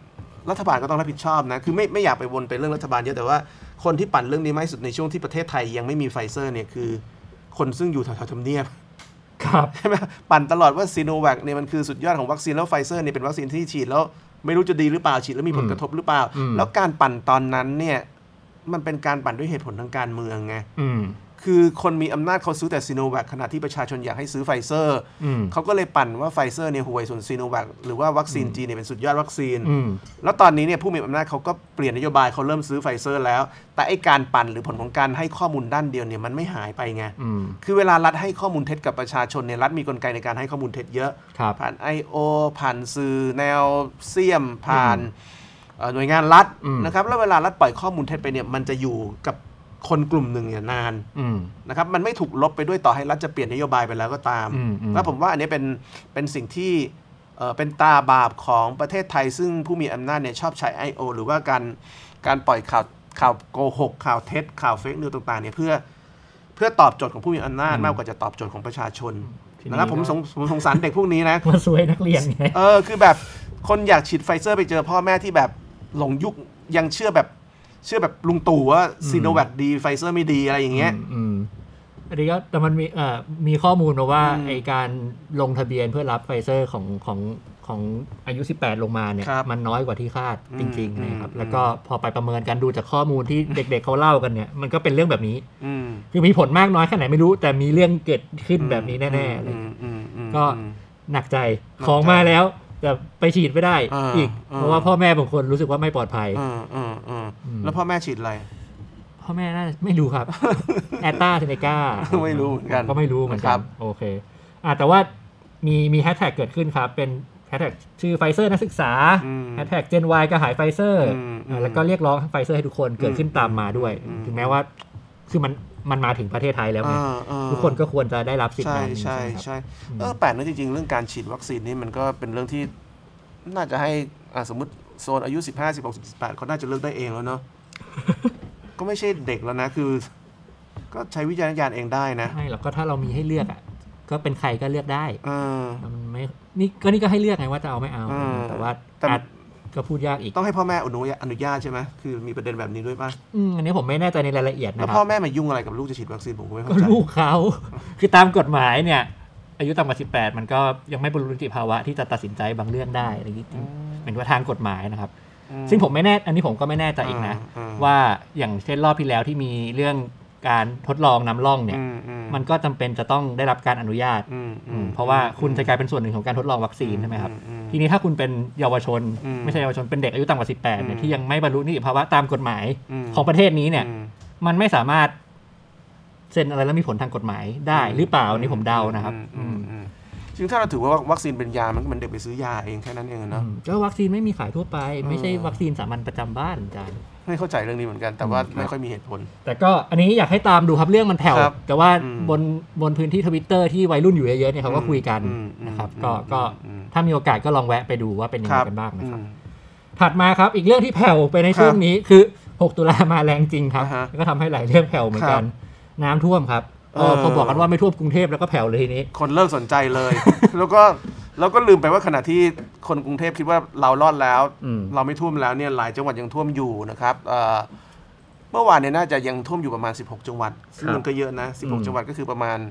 รัฐบาลก็ต้องรับผิดชอบนะคือไม่อยากไปวนไปเรื่องรัฐบาลเยอะแต่ว่าคนที่ปั่นเรื่องนี้มากที่สุดในช่วงที่ประเทศไทยยังไม่มีไฟเซอร์เนี่ยคือคนซึ่งอยู่แถวๆทำเนียบครับใช่ไหมปั่นตลอดว่าซีโนแวคเนี่ยมันคือสุดยอดของวัคซีนแล้วไฟเซอร์เนี่ยเป็นวัคซีนที่ฉีดแล้วไม่รู้จะดีหรือเปล่าฉีดแล้วมีผลกระทบหรือเปล่าแล้วการปั่นตอนนั้นเนี่ยมันเป็นการปั่นด้วยเหตุผลทางการเมืองไงคือคนมีอำนาจเขาซื้อแต่ซีโนแวคขณะที่ประชาชนอยากให้ซื้อไฟเซอร์เขาก็เลยปั่นว่าไฟเซอร์เนี่ยห่วยส่วนซีโนแวคหรือว่าวัคซีนจีนเนี่ยเป็นสุดยอดวัคซีนแล้วตอนนี้เนี่ยผู้มีอำนาจเขาก็เปลี่ยนนโยบายเขาเริ่มซื้อไฟเซอร์แล้วแต่ไอ้การปั่นหรือผลของการให้ข้อมูลด้านเดียวเนี่ยมันไม่หายไปไงคือเวลารัฐให้ข้อมูลเท็จกับประชาชนเนี่ยรัฐมีกลไกในการให้ข้อมูลเท็จเยอะผ่าน I.O. ผ่านสื่อแนวเสียมผ่านหน่วยงานรัฐนะครับแล้วเวลารัฐปล่อยข้อมูลเท็จไปเนี่ยมันจะอยู่กับคนกลุ่มหนึ่งเนี่ยนานนะครับมันไม่ถูกลบไปด้วยต่อให้รัฐจะเปลี่ยนนโยบายไปแล้วก็ตามแล้วผมว่าอันนี้เป็นสิ่งที่เป็นตาบาปของประเทศไทยซึ่งผู้มีอำนาจเนี่ยชอบใช้ I.O. หรือว่าการปล่อยข่าวโกหกข่าวเท็จข่าวเฟกนิวต่างๆเนี่ยเพื่อตอบโจทย์ของผู้มีอำนาจมากกว่าจะตอบโจทย์ของประชาชนนะครับผมสงสารเด็กพวกนี้นะมาซวยนักเรียนไงคือแบบคนอยากฉีดไฟเซอร์ไปเจอพ่อแม่ที่แบบหลงยุคยังเชื่อแบบลุงตู่ว่าซีโนแวคดีไฟเซอร์ไม่ดีอะไรอย่างเงี้ยอันนี้ก็แต่มันมีข้อมูลมาว่าไอการลงทะเบียนเพื่อรับไฟเซอร์ของอายุ18ลงมาเนี่ยมันน้อยกว่าที่คาดจริงๆนะครับแล้วก็พอไปประเมินกันดูจากข้อมูลที่เด็กๆเขาเล่ากันเนี่ยมันก็เป็นเรื่องแบบนี้คือมีผลมากน้อยแค่ไหนไม่รู้แต่มีเรื่องเกิดขึ้นแบบนี้แน่ๆเลยก็หนักใจของมาแล้วแต่ไปฉีดไม่ได้อีกเพราะว่าพ่อแม่บางคนรู้สึกว่าไม่ปลอดภัยแล้วพ่อแม่ฉีดอะไรพ่อแม่น่าไม่รู้ครับแอตตาเซเนกาไม่รู้เหมือนกันก็ไม่รู้เหมือนกันโอเคแต่ว่ามีแฮชแท็กเกิดขึ้นครับเป็นแฮชแท็กชื่อไฟเซอร์นักศึกษาแฮชแท็กเจน Y กระหายไฟเซอร์แล้วก็เรียกร้องไฟเซอร์ให้ทุกคนเกิดขึ้นตามมาด้วยถึงแม้ว่าคือมันมาถึงประเทศไทยแล้วไงทุกคนก็ควรจะได้รับสิทธิ์นั้นใช่แปลกนะจริงๆเรื่องการฉีดวัคซีนนี่มันก็เป็นเรื่องที่น่าจะให้สมมติโซนอายุ15 16 18เขาน่าจะเลือกได้เองแล้วเนาะ ก็ไม่ใช่เด็กแล้วนะคือก็ใช้วิจารณญาณเองได้นะไม่หรอกก็ถ้าเรามีให้เลือกก็เป็นใครก็เลือกได้มันไม่นี่ก็ให้เลือกไงว่าจะเอาไม่เอาแต่ว่าก็พูดยากอีกต้องให้พ่อแม่อนุญาตใช่ไหมคือมีประเด็นแบบนี้ด้วยป่ะอันนี้ผมไม่แน่ใจในรายละเอียดนะแล้วพ่อแม่มายุ่งอะไรกับลูกจะฉีดวัคซีนผมก็ไม่เข้าใจก็ลูกเขาคือตามกฎหมายเนี่ยอายุต่ำกว่า18มันก็ยังไม่บรรลุนิติภาวะที่จะตัดสินใจบางเรื่องได้อะไรอย่างนี้เป็นว่าทางกฎหมายนะครับซึ่งผมไม่แน่อันนี้ผมก็ไม่แน่ใจอีกนะว่าอย่างเช่นรอบที่แล้วที่มีเรื่องการทดลองนำร่องเนี่ยมันก็จำเป็นจะต้องได้รับการอนุญาตเพราะว่าคุณจะกลายเป็นส่วนหนึ่งของการทดลองวัคซีนใช่ไหมครับทีนี้ถ้าคุณเป็นเยาวชนไม่ใช่เยาวชนเป็นเด็กอายุต่ำกว่า18เนี่ยที่ยังไม่บรรลุนิติภาวะตามกฎหมายของประเทศนี้เนี่ยมันไม่สามารถเซ็นอะไรแล้วมีผลทางกฎหมายได้หรือเปล่านี่ผมเดานะครับจริงถ้าเราถือว่าวัคซีนเป็นยามันก็เหมือนเด็กไปซื้อยาเองแค่นั้นเองเนาะก็วัคซีนไม่มีขายทั่วไปไม่ใช่วัคซีนสามัญประจำบ้านอาจารย์ไม่เข้าใจเรื่องนี้เหมือนกันแต่ว่าไม่ค่อยมีเหตุผลแต่ก็อันนี้อยากให้ตามดูครับเรื่องมันแผ่วแต่ว่าบนพื้นที่ Twitter ที่วัยรุ่นอยู่เยอะๆเนี่ยเขาก็คุยกันนะครับก็ถ้ามีโอกาสก็ลองแวะไปดูว่าเป็นยังไงกันบ้างนะครับถัดมาครับอีกเรื่องที่แผ่วไปในช่วงนี้คือ6ตุลามาแรงจริงครับก็ทำให้หลายเรื่องแผ่วเหมือนกันน้ำท่วมครับพอบอกกันว่าไม่ท่วมกรุงเทพแล้วก็แผ่วเลยทีนี้คนเลิกสนใจเลย แล้วก็ลืมไปว่าขณะที่คนกรุงเทพคิดว่าเรารอดแล้วเราไม่ท่วมแล้วเนี่ยหลายจังหวัดยังท่วมอยู่นะครับเมื่อวานเนี่ยน่าจะยังท่วมอยู่ประมาณ16จังหวัดซึ่งมันก็เยอะนะ16จังหวัดก็คือประมาณ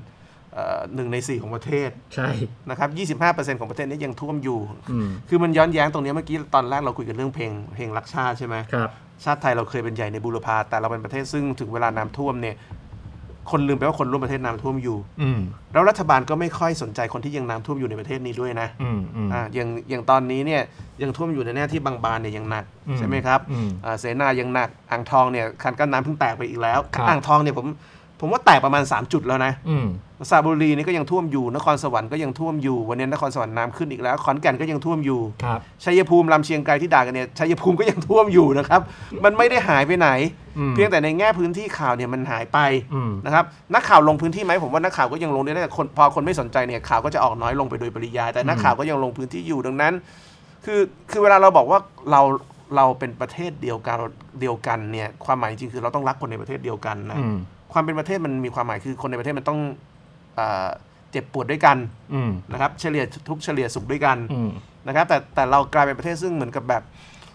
1 ใน 4ของประเทศใช่นะครับ 25% ของประเทศนี้ยังท่วมอยู่คือมันย้อนแย้งตรงนี้เมื่อกี้ตอนแรกเราคุยกันเรื่องเพลงรักชาติใช่ไหมชาติไทยเราเคยเป็นใหญ่ในบูรพาแต่เราเป็นประเทศซึ่งถึงเวลาน้ำท่วมเนี่ยคนลืมไปว่าคนร่วมประเทศน้ำท่วมอยู่แล้วรัฐบาลก็ไม่ค่อยสนใจคนที่ยังน้ำท่วมอยู่ในประเทศนี้ด้วยนะอย่างตอนนี้เนี่ยยังท่วมอยู่ในแน่ที่บางบานเนี่ยยังหนักใช่ไหมครับเสนายังหนักอ่างทองเนี่ยคันกั้นน้ำเพิ่งแตกไปอีกแล้วอ่างทองเนี่ยผมว่าแตกประมาณ3จุดแล้วนะสระบุรีนี่ก็ยังท่วมอยู่นครสวรรค์ก็ยังท่วมอยู่วันนี้นครสวรรค์น้ำขึ้นอีกแล้วขอนแก่นก็ยังท่วมอยู่ชัยภูมิลำเชียงไกรที่ด่ากันเนี่ยชัยภูมิก็ยังท่วมอยู่นะครับมันไม่ได้หายไปไหนเพียงแต่ในแง่พื้นที่ข่าวเนี่ยมันหายไปนะครับนักข่าวลงพื้นที่ไหมผมว่านักข่าวก็ยังลงได้แต่พอคนไม่สนใจเนี่ยข่าวก็จะออกน้อยลงไปโดยปริยายแต่นักข่าวก็ยังลงพื้นที่อยู่ดังนั้นคือเวลาเราบอกว่าเราเป็นประเทศเดียวกันเนี่ยความหมายจริงคือเราต้องรักคนในประเทศเดียวกันนะความเป็นประเทศมันมีความหมายคือคนในประเทศมันต้องเจ็บปวดด้วยกันนะครับเฉลี่ยทุกเฉลี่ยสุขด้วยกันนะครับแต่เรากลายเป็นประเทศซึ่งเหมือนกับแบบ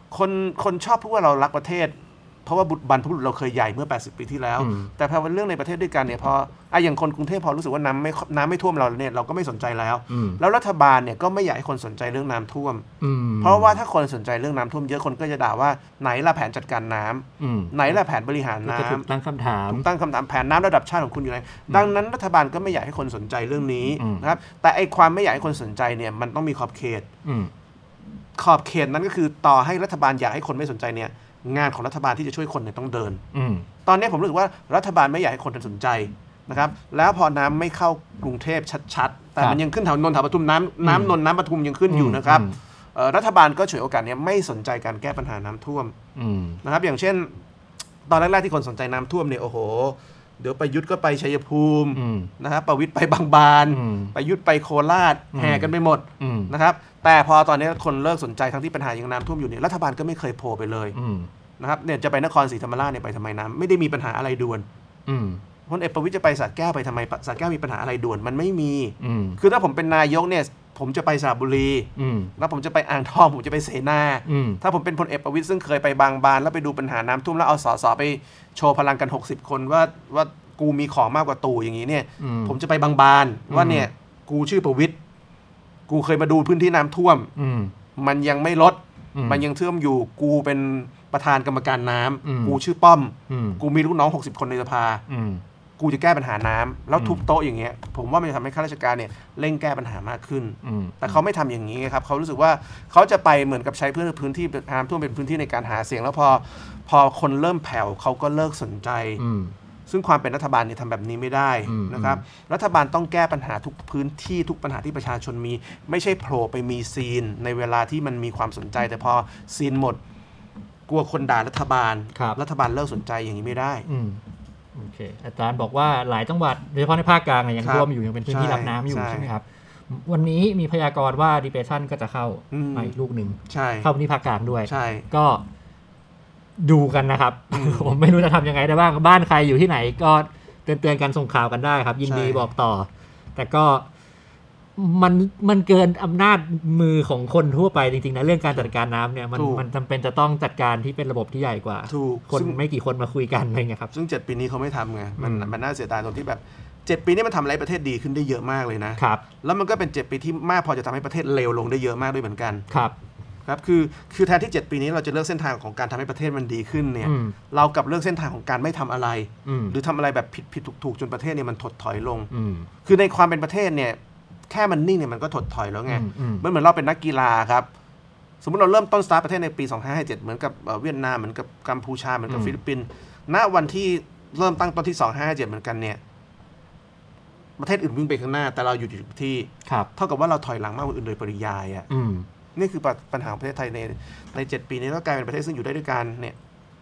คนชอบพูดว่าเรารักประเทศเพราะว่าบรรพบุรุษเราเคยใหญ่เมื่อ80ปีที่แล้วแต่พอเป็นเรื่องในประเทศด้วยกันเนี่ยพออย่างคนกรุงเทพพอรู้สึกว่าน้ำไม่ท่วมเราเนี่ยเราก็ไม่สนใจแล้วรัฐบาลเนี่ยก็ไม่อยากให้คนสนใจเรื่องน้ำท่วมเพราะว่าถ้าคนสนใจเรื่องน้ำท่วมเยอะคนก็จะด่าว่าไหนล่ะแผนจัดการน้ำไหนล่ะแผนบริหารน้ำตั้งคำถามแผนน้ำระดับชาติของคุณอยู่ไหนดังนั้นรัฐบาลก็ไม่อยากให้คนสนใจเรื่องนี้นะครับแต่ไอ้ความไม่อยากให้คนสนใจเนี่ยมันต้องมีขอบเขตนั้นก็คือต่อให้รัฐบาลอยากให้คนไม่สนใจเนี่ยงานของรัฐบาลที่จะช่วยคนเนี่ยต้องเดินตอนนี้ผมรู้สึกว่ารัฐบาลไม่อยากให้คนสนใจนะครับแล้วพอน้ำไม่เข้ากรุงเทพชัดๆแต่มันยังขึ้นแถวนนทปทุมน้ำปทุมยังขึ้นอยู่นะครับรัฐบาลก็ฉวยโอกาสนี้ไม่สนใจการแก้ปัญหาน้ำท่วมนะครับอย่างเช่นตอนแรกๆที่คนสนใจน้ำท่วมเนี่ยโอ้โหเดี๋ยวประยุทธ์ก็ไปชัยภูมินะครับประวิตรไปบางบานประยุทธ์ไปโคราชแห่กันไปหมดนะครับแต่พอตอนนี้คนเลิกสนใจทั้งที่ปัญหายังน้ำท่วมอยู่เนี่ยรัฐบาลก็ไม่เคยโผล่ไปเลยนะครับเนี่ยจะไปนครศรีธรรมราชเนี่ยไปทำไมน้ำไม่ได้มีปัญหาอะไรด่วนพลเอกประวิตรจะไปสระแก้วไปทำไมสระแก้วมีปัญหาอะไรด่วนมันไม่มีคือถ้าผมเป็นนายกเนี่ยผมจะไปสระบุรีแล้วผมจะไปอ่างทองผมจะไปเสนาถ้าผมเป็นพลเอกประวิตรซึ่งเคยไปบางบานแล้วไปดูปัญหาน้ำท่วมแล้วเอาสสไปโชว์พลังกัน60คนว่ากูมีของมากกว่าตู่อย่างนี้เนี่ยผมจะไปบางบานว่าเนี่ยกูชื่อประวิตรกูเคยมาดูพื้นที่น้ำท่วมมันยังไม่ลดมันยังท่วมอยู่กูเป็นประธานกรรมการน้ำกูชื่อป้อมกูมีลูกน้อง60คนในสภากูจะแก้ปัญหาน้ำแล้วทุบโต๊ะอย่างเงี้ยผมว่ามันจะทำให้ข้าราชการเนี่ยเร่งแก้ปัญหามากขึ้นแต่เขาไม่ทำอย่างนี้ครับเขารู้สึกว่าเขาจะไปเหมือนกับใช้พื้นที่น้ำท่วมเป็นพื้นที่ในการหาเสียงแล้วพอคนเริ่มแผ่วเขาก็เลิกสนใจซึ่งความเป็นรัฐบาลเนี่ยทำแบบนี้ไม่ได้นะครับรัฐบาลต้องแก้ปัญหาทุกพื้นที่ทุกปัญหาที่ประชาชนมีไม่ใช่โผล่ไปมีซีนในเวลาที่มันมีความสนใจแต่พอซีนหมดกลัวคนด่ารัฐบาลเลิกสนใจอย่างนี้ไม่ได้โอเคอาจารย์บอกว่าหลายจังหวัดโดยเฉพาะในภาคกลางยังท่วมอยู่ยังเป็นพื้นที่รับน้ำอยู่ใช่ไหมครับวันนี้มีพยากรณ์ว่า depression ก็จะเข้ามาอีกลูกหนึ่งเข้าพื้นที่ภาคกลางด้วยก็ดูกันนะครับ ผมไม่รู้จะทำยังไงได้บ้างบ้านใครอยู่ที่ไหนก็เตือนกันส่งข่าวกันได้ครับยินดีบอกต่อแต่ก็มันเกินอำนาจมือของคนทั่วไปจริงๆนะเรื่องการจัดการน้ำเนี่ยมันจำเป็นจะต้องจัดการที่เป็นระบบที่ใหญ่กว่าคนไม่กี่คนมาคุยกันอะไรเงี้ยครับซึ่ง7ปีนี้เขาไม่ทำไงมันน่าเสียดายตรงที่แบบ7ปีนี้มันทำอะไรประเทศดีขึ้นได้เยอะมากเลยนะครับแล้วมันก็เป็น7ปีที่มากพอจะทำให้ประเทศเลวลงได้เยอะมากด้วยเหมือนกันครับคือแทนที่7ปีนี้เราจะเลือกเส้นทางของการทำให้ประเทศมันดีขึ้นเนี่ยเรากลับเลือกเส้นทางของการไม่ทำอะไรหรือทำอะไรแบบผิดถูกจนประเทศเนี่ยมันถดถอยลงคือในความเป็นประเทศเนี่ยแค่มันนิ่งเนี่ยมันก็ถดถอยแล้วไงเหมือนเราเป็นนักกีฬาครับสมมติเราเริ่มต้นสตาร์ทประเทศในปี2557เหมือนกับเวียดนามเหมือนกับกัมพูชาเหมือนกับฟิลิปปินส์ณวันที่เริ่มตั้งต้นที่2557เหมือนกันเนี่ยประเทศอื่นวิ่งไปข้างหน้าแต่เราอยู่ที่เท่ากับว่าเราถอยหลังมากกว่าอื่นโดยปริยายอ่ะนี่คือปัญหาของประเทศไทยใน7ปีนี้แล้วกลายเป็นประเทศซึ่งอยู่ได้ด้วยการเนี่ย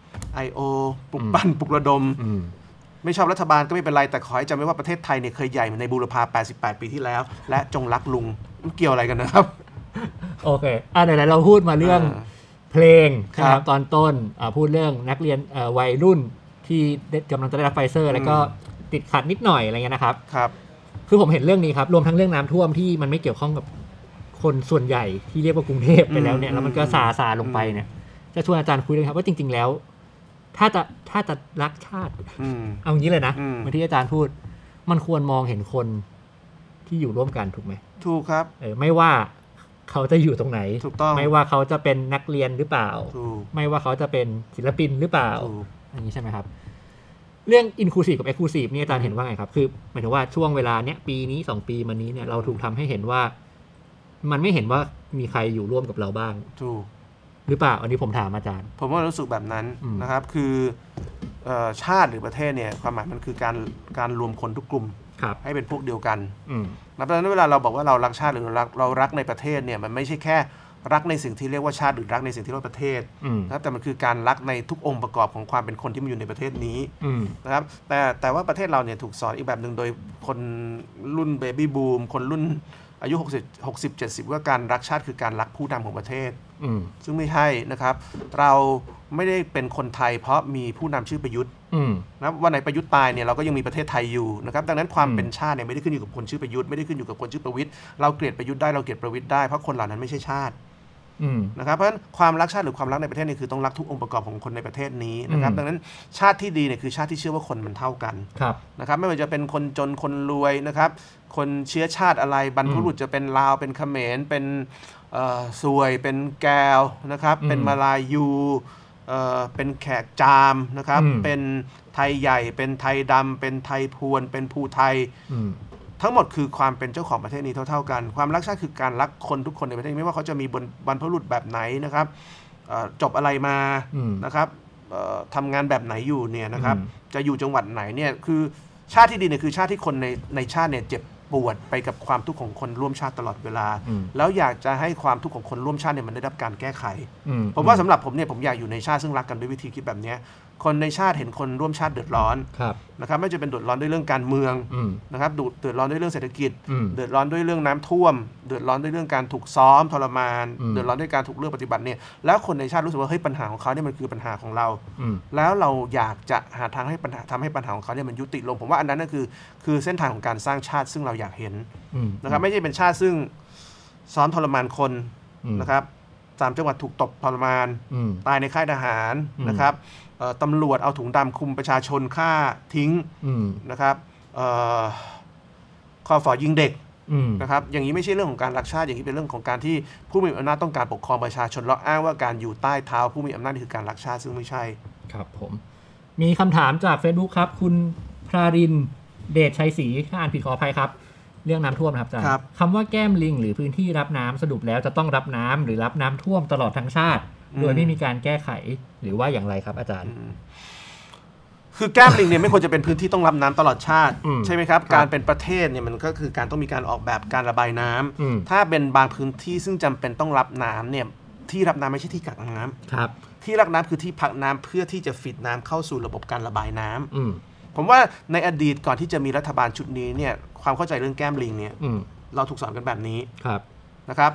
IO ปลุกปั้นปลุกระดมไม่ชอบรัฐบาลก็ไม่เป็นไรแต่ขอให้จำไว้ว่าประเทศไทยเนี่ยเคยใหญ่เหมือนในบูรพา88ปีที่แล้วและจงรักลุงมันเกี่ยวอะไรกันนะครับโอเคไหนๆเราพูดมาเรื่องเพลงครับตอนต้นพูดเรื่องนักเรียนวัยรุ่นที่กำลังจะได้รับไฟเซอร์แล้วก็ติดขัดนิดหน่อยอะไรเงี้ยนะครับคือผมเห็นเรื่องนี้ครับรวมทั้งเรื่องน้ำท่วมที่มันไม่เกี่ยวข้องกับคนส่วนใหญ่ที่เรียกว่ากรุงเทพไปแล้วเนี่ยแล้วมันก็ซาลงไปเนี่ยจะชวนอาจารย์คุยเลยครับว่าจริงๆแล้วถ้าจะรักชาติเอางี้เลยนะเหมือนที่อาจารย์พูดมันควรมองเห็นคนที่อยู่ร่วมกันถูกไหมถูกครับไม่ว่าเขาจะอยู่ตรงไหนถูกต้องไม่ว่าเขาจะเป็นนักเรียนหรือเปล่าไม่ว่าเขาจะเป็นศิลปินหรือเปล่าอย่างนี้ใช่ไหมครับเรื่อง inclusive กับ exclusive นี่อาจารย์เห็นว่าไงครับคือหมายถึงว่าช่วงเวลาเนี้ยปีนี้2ปีมานี้เนี่ยเราถูกทำให้เห็นว่ามันไม่เห็นว่ามีใครอยู่ร่วมกับเราบ้างถูกหรือเปล่าอันนี้ผมถามอาจารย์ผมว่ารู้สึกแบบนั้นนะครับคือชาติหรือประเทศเนี่ยความหมายมันคือการรวมคนทุกกลุ่มให้เป็นพวกเดียวกันนะเพราะฉะนั้นเวลาเราบอกว่าเรารักชาติหรือเรารักในประเทศเนี่ยมันไม่ใช่แค่รักในสิ่งที่เรียกว่าชาติหรือรักในสิ่งที่เรียกว่าประเทศนะครับแต่มันคือการรักในทุกองค์ประกอบของความเป็นคนที่มันอยู่ในประเทศนี้นะครับแต่ว่าประเทศเราเนี่ยถูกสอนอีกแบบนึงโดยคนรุ่นเบบี้บูมคนรุ่นอายุ60-70ว่าการรักชาติคือการรักผู้นำของประเทศซึ่งไม่ใช่นะครับเราไม่ได้เป็นคนไทยเพราะมีผู้นำชื่อประยุทธ์นะวันไหนประยุทธ์ตายเนี่ยเราก็ยังมีประเทศไทยอยู่นะครับดังนั้นความเป็นชาติเนี่ยไม่ได้ขึ้นอยู่กับคนชื่อประยุทธ์ไม่ได้ขึ้นอยู่กับคนชื่อประวิตรเราเกลียดประยุทธ์ได้เราเกลียดประวิตรได้เพราะคนเหล่านั้นไม่ใช่ชาตินะครับเพราะฉะนั้นความรักชาติหรือความรักในประเทศนี้คือต้องรักทุกองค์ประกอบของคนในประเทศนี้นะครับดังนั้นชาติที่ดีเนี่ยคือชาติที่เชื่อว่าคนมันเท่ากันนะครับไม่ว่าจะเป็นคนจนคนรวยนะครับคนเชื้อชาติอะไรบรรพบุรุษจะเป็นลาวเป็นเขมรเป็นซวยเป็นแกวนะครับเป็นมาลายูเป็นแขกจามนะครับเป็นไทยใหญ่เป็นไทยดำเป็นไทยพวนเป็นภูไทยทั้งหมดคือความเป็นเจ้าของประเทศนี้เท่าๆกันความรักชาติคือการรักคนทุกคนในประเทศไม่ว่าเขาจะมีบรรพบุรุษแบบไหนนะครับจบอะไรมานะครับทำงานแบบไหนอยู่เนี่ยนะครับจะอยู่จังหวัดไหนเนี่ยคือชาติที่ดีเนี่ยคือชาติที่คนในชาติเนี่ยเจ็บปวดไปกับความทุกข์ของคนร่วมชาติตลอดเวลาแล้วอยากจะให้ความทุกข์ของคนร่วมชาติเนี่ยมันได้รับการแก้ไขผมว่าสำหรับผมเนี่ยผมอยากอยู่ในชาติซึ่งรักกันด้วยวิธีคิดแบบนี้คนในชาติเห็นคนร่วมชาติเดือดร้อนนะครับไม่จะเป็นเดือดร้อนด้วยเรื่องการเมืองนะครับเดือดร้อนด้วยเรื่องเศรษฐกิจเดือดร้อนด้วยเรื่องน้ำท่วมเดือดร้อนด้วยเรื่องการถูกซ้อมทรมานเดือดร้อนด้วยการถูกเลือกปฏิบัติเนี่ยแล้วคนในชาติรู้สึกว่าเฮ้ยปัญหาของเขาเนี่ยมันคือปัญหาของเราแล้วเราอยากจะหาทางให้ทำให้ปัญหาของเขาเนี่ยมันยุติลงผมว่าอันนั้นนั่นคือเส้นทางของการสร้างชาติซึ่งเราอยากเห็นนะครับไม่ใช่เป็นชาติซึ่งซ้อมทรมานคนนะครับ3 จังหวัดถูกตบทรมานตายในค่ายทหารนะครับตำรวจเอาถุงดำคุมประชาชนฆ่าทิ้งนะครับคฝยิงเด็กนะครับอย่างนี้ไม่ใช่เรื่องของการรักชาติอย่างนี้เป็นเรื่องของการที่ผู้มีอำนาจต้องการปกครองประชาชนแล้วอ้างว่าการอยู่ใต้เท้าผู้มีอำนาจนี่คือการรักชาติซึ่งไม่ใช่ครับผมมีคำถามจาก Facebook ครับคุณพรารินเดชชัยศรีถ้าอ่านผิดขออภัยครับเรื่องน้ำท่วมครับอาจารย์คำว่าแก้มลิงหรือพื้นที่รับน้ำสรุปแล้วจะต้องรับน้ำหรือรับน้ำท่วมตลอดทั้งชาติโดยไม่มีการแก้ไขหรือว่าอย่างไรครับอาจารย์คือแก้มลิงเนี่ยไม่ควรจะเป็นพื้นที่ต้องรับน้ำตลอดชาติใช่ไหมครับการเป็นประเทศเนี่ยมันก็คือการต้องมีการออกแบบการระบายน้ำถ้าเป็นบางพื้นที่ซึ่งจำเป็นต้องรับน้ำเนี่ยที่รับน้ำไม่ใช่ที่กักน้ำที่รับน้ำคือที่พักน้ำเพื่อที่จะฟีดน้ำเข้าสู่ระบบการระบายน้ำผมว่าในอดีตก่อนที่จะมีรัฐบาลชุดนี้เนี่ยความเข้าใจเรื่องแก้มลิงเนี่ยเราถูกสอนกันแบบนี้นะครับ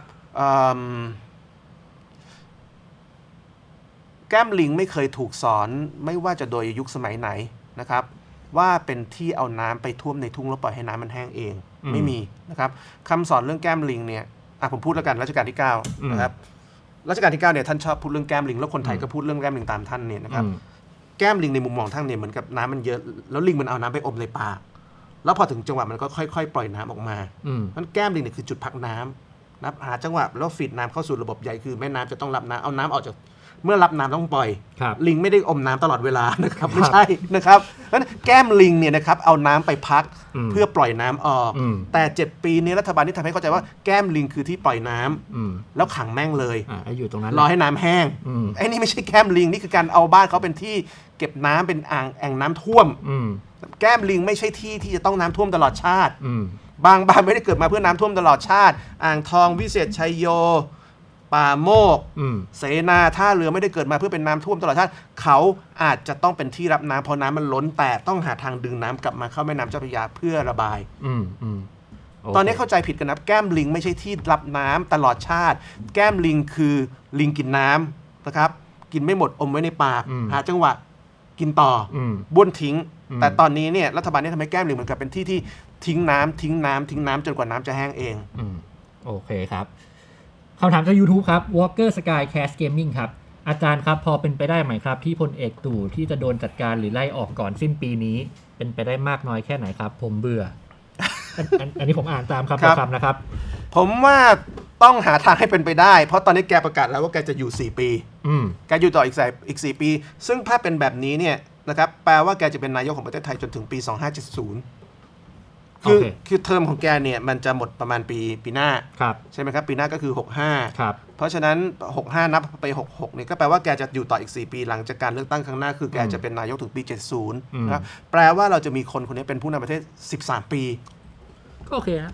แก้มลิงไม่เคยถูกสอนไม่ว่าจะโดยยุคสมัยไหนนะครับว่าเป็นที่เอาน้ำไปท่วมในทุ่งแล้วปล่อยให้น้ำมันแห้งเองไม่มีนะครับคำสอนเรื่องแก้มลิงเนี่ยผมพูดแล้วกันรัชกาลที่9นะครับรัชกาลที่9เนี่ยท่านชอบพูดเรื่องแก้มลิงแล้วคนไทยก็พูดเรื่องแก้มลิงตามท่านเนี่ยนะครับแก้มลิงในมุมมองท่านเนี่ยเหมือนกับน้ำมันเยอะแล้วลิงมันเอาน้ำไปอมในปากแล้วพอถึงจังหวะมันก็ค่อยๆปล่อยน้ำออกมามันแก้มลิงเนี่ยคือจุดพักน้ำนะหาจังหวะแล้วฟีดน้ำเข้าสู่ระบบใหญ่คือแม่น้ำจะต้องรับน้ำเอาน้ำออกจากเมื่อรับน้ำต้องปล่อยลิงไม่ได้อมน้ำตลอดเวลานะครับไม่ใช่นะครับงั้นแก้มลิงเนี่ยนะครับเอาน้ำไปพักเพื่อปล่อยน้ำออกแต่7 ปีนี้รัฐบาลที่ทำให้เข้าใจว่าแก้มลิงคือที่ปล่อยน้ำแล้วขังแม่งเลยอยู่ตรงนั้นรอให้น้ำแห้งไอ้นี่ไม่ใช่แก้มลิงนี่คือการเอาบ้านเขาเป็นที่เก็บน้ำเป็นแอ่งน้ำท่วมแก้มลิงไม่ใช่ที่ที่จะต้องน้ำท่วมตลอดชาติบางบ้านไม่ได้เกิดมาเพื่อน้ำท่วมตลอดชาติอ่างทองวิเศษชัยโยป่าโมกเสนาท่าเรือไม่ได้เกิดมาเพื่อเป็นน้ำท่วมตลอดชาติเขาอาจจะต้องเป็นที่รับน้ำพอน้ำมันล้นแต่ต้องหาทางดึงน้ำกลับมาเข้าแม่น้ำเจ้าพระยาเพื่อระบายตอนนี้เข้าใจผิดกันนะแก้มลิงไม่ใช่ที่รับน้ำตลอดชาติแก้มลิงคือลิงกินน้ำนะครับกินไม่หมดอมไว้ในปากหาจังหวะกินต่อบ้วนทิ้งแต่ตอนนี้เนี่ยรัฐบาลนี่ทำให้แก้มลิงเหมือนกับเป็นที่ที่ทิ้งน้ำจนกว่าน้ำจะแห้งเองโอเคครับคำถามจาก YouTube ครับ Walker Sky Cast Gaming ครับอาจารย์ครับพอเป็นไปได้ไหมครับที่พลเอกตู่ที่จะโดนจัดการหรือไล่ออกก่อนสิ้นปีนี้เป็นไปได้มากน้อยแค่ไหนครับผมเบื่อ อันนี้ผมอ่านตามคำต่อคำนะครับผมว่าต้องหาทางให้เป็นไปได้เพราะตอนนี้แกประกาศแล้วว่าแกจะอยู่4 ปีแกอยู่ต่ออีก4 ปีซึ่งถ้าเป็นแบบนี้เนี่ยนะครับแปลว่าแกจะเป็นนายกของประเทศไทยจนถึงปี2570คือเทอมของแกเนี่ยมันจะหมดประมาณปีหน้าใช่ไหมครับปีหน้าก็คือ65เพราะฉะนั้น65นับไป66เนี่ยก็แปลว่าแกจะอยู่ต่ออีก4 ปีหลังจากการเลือกตั้งครั้งหน้าคือแกจะเป็นนายกถึงปี70นะครับแปลว่าเราจะมีคนนี้เป็นผู้นำประเทศ13 ปีก็โอเคฮะ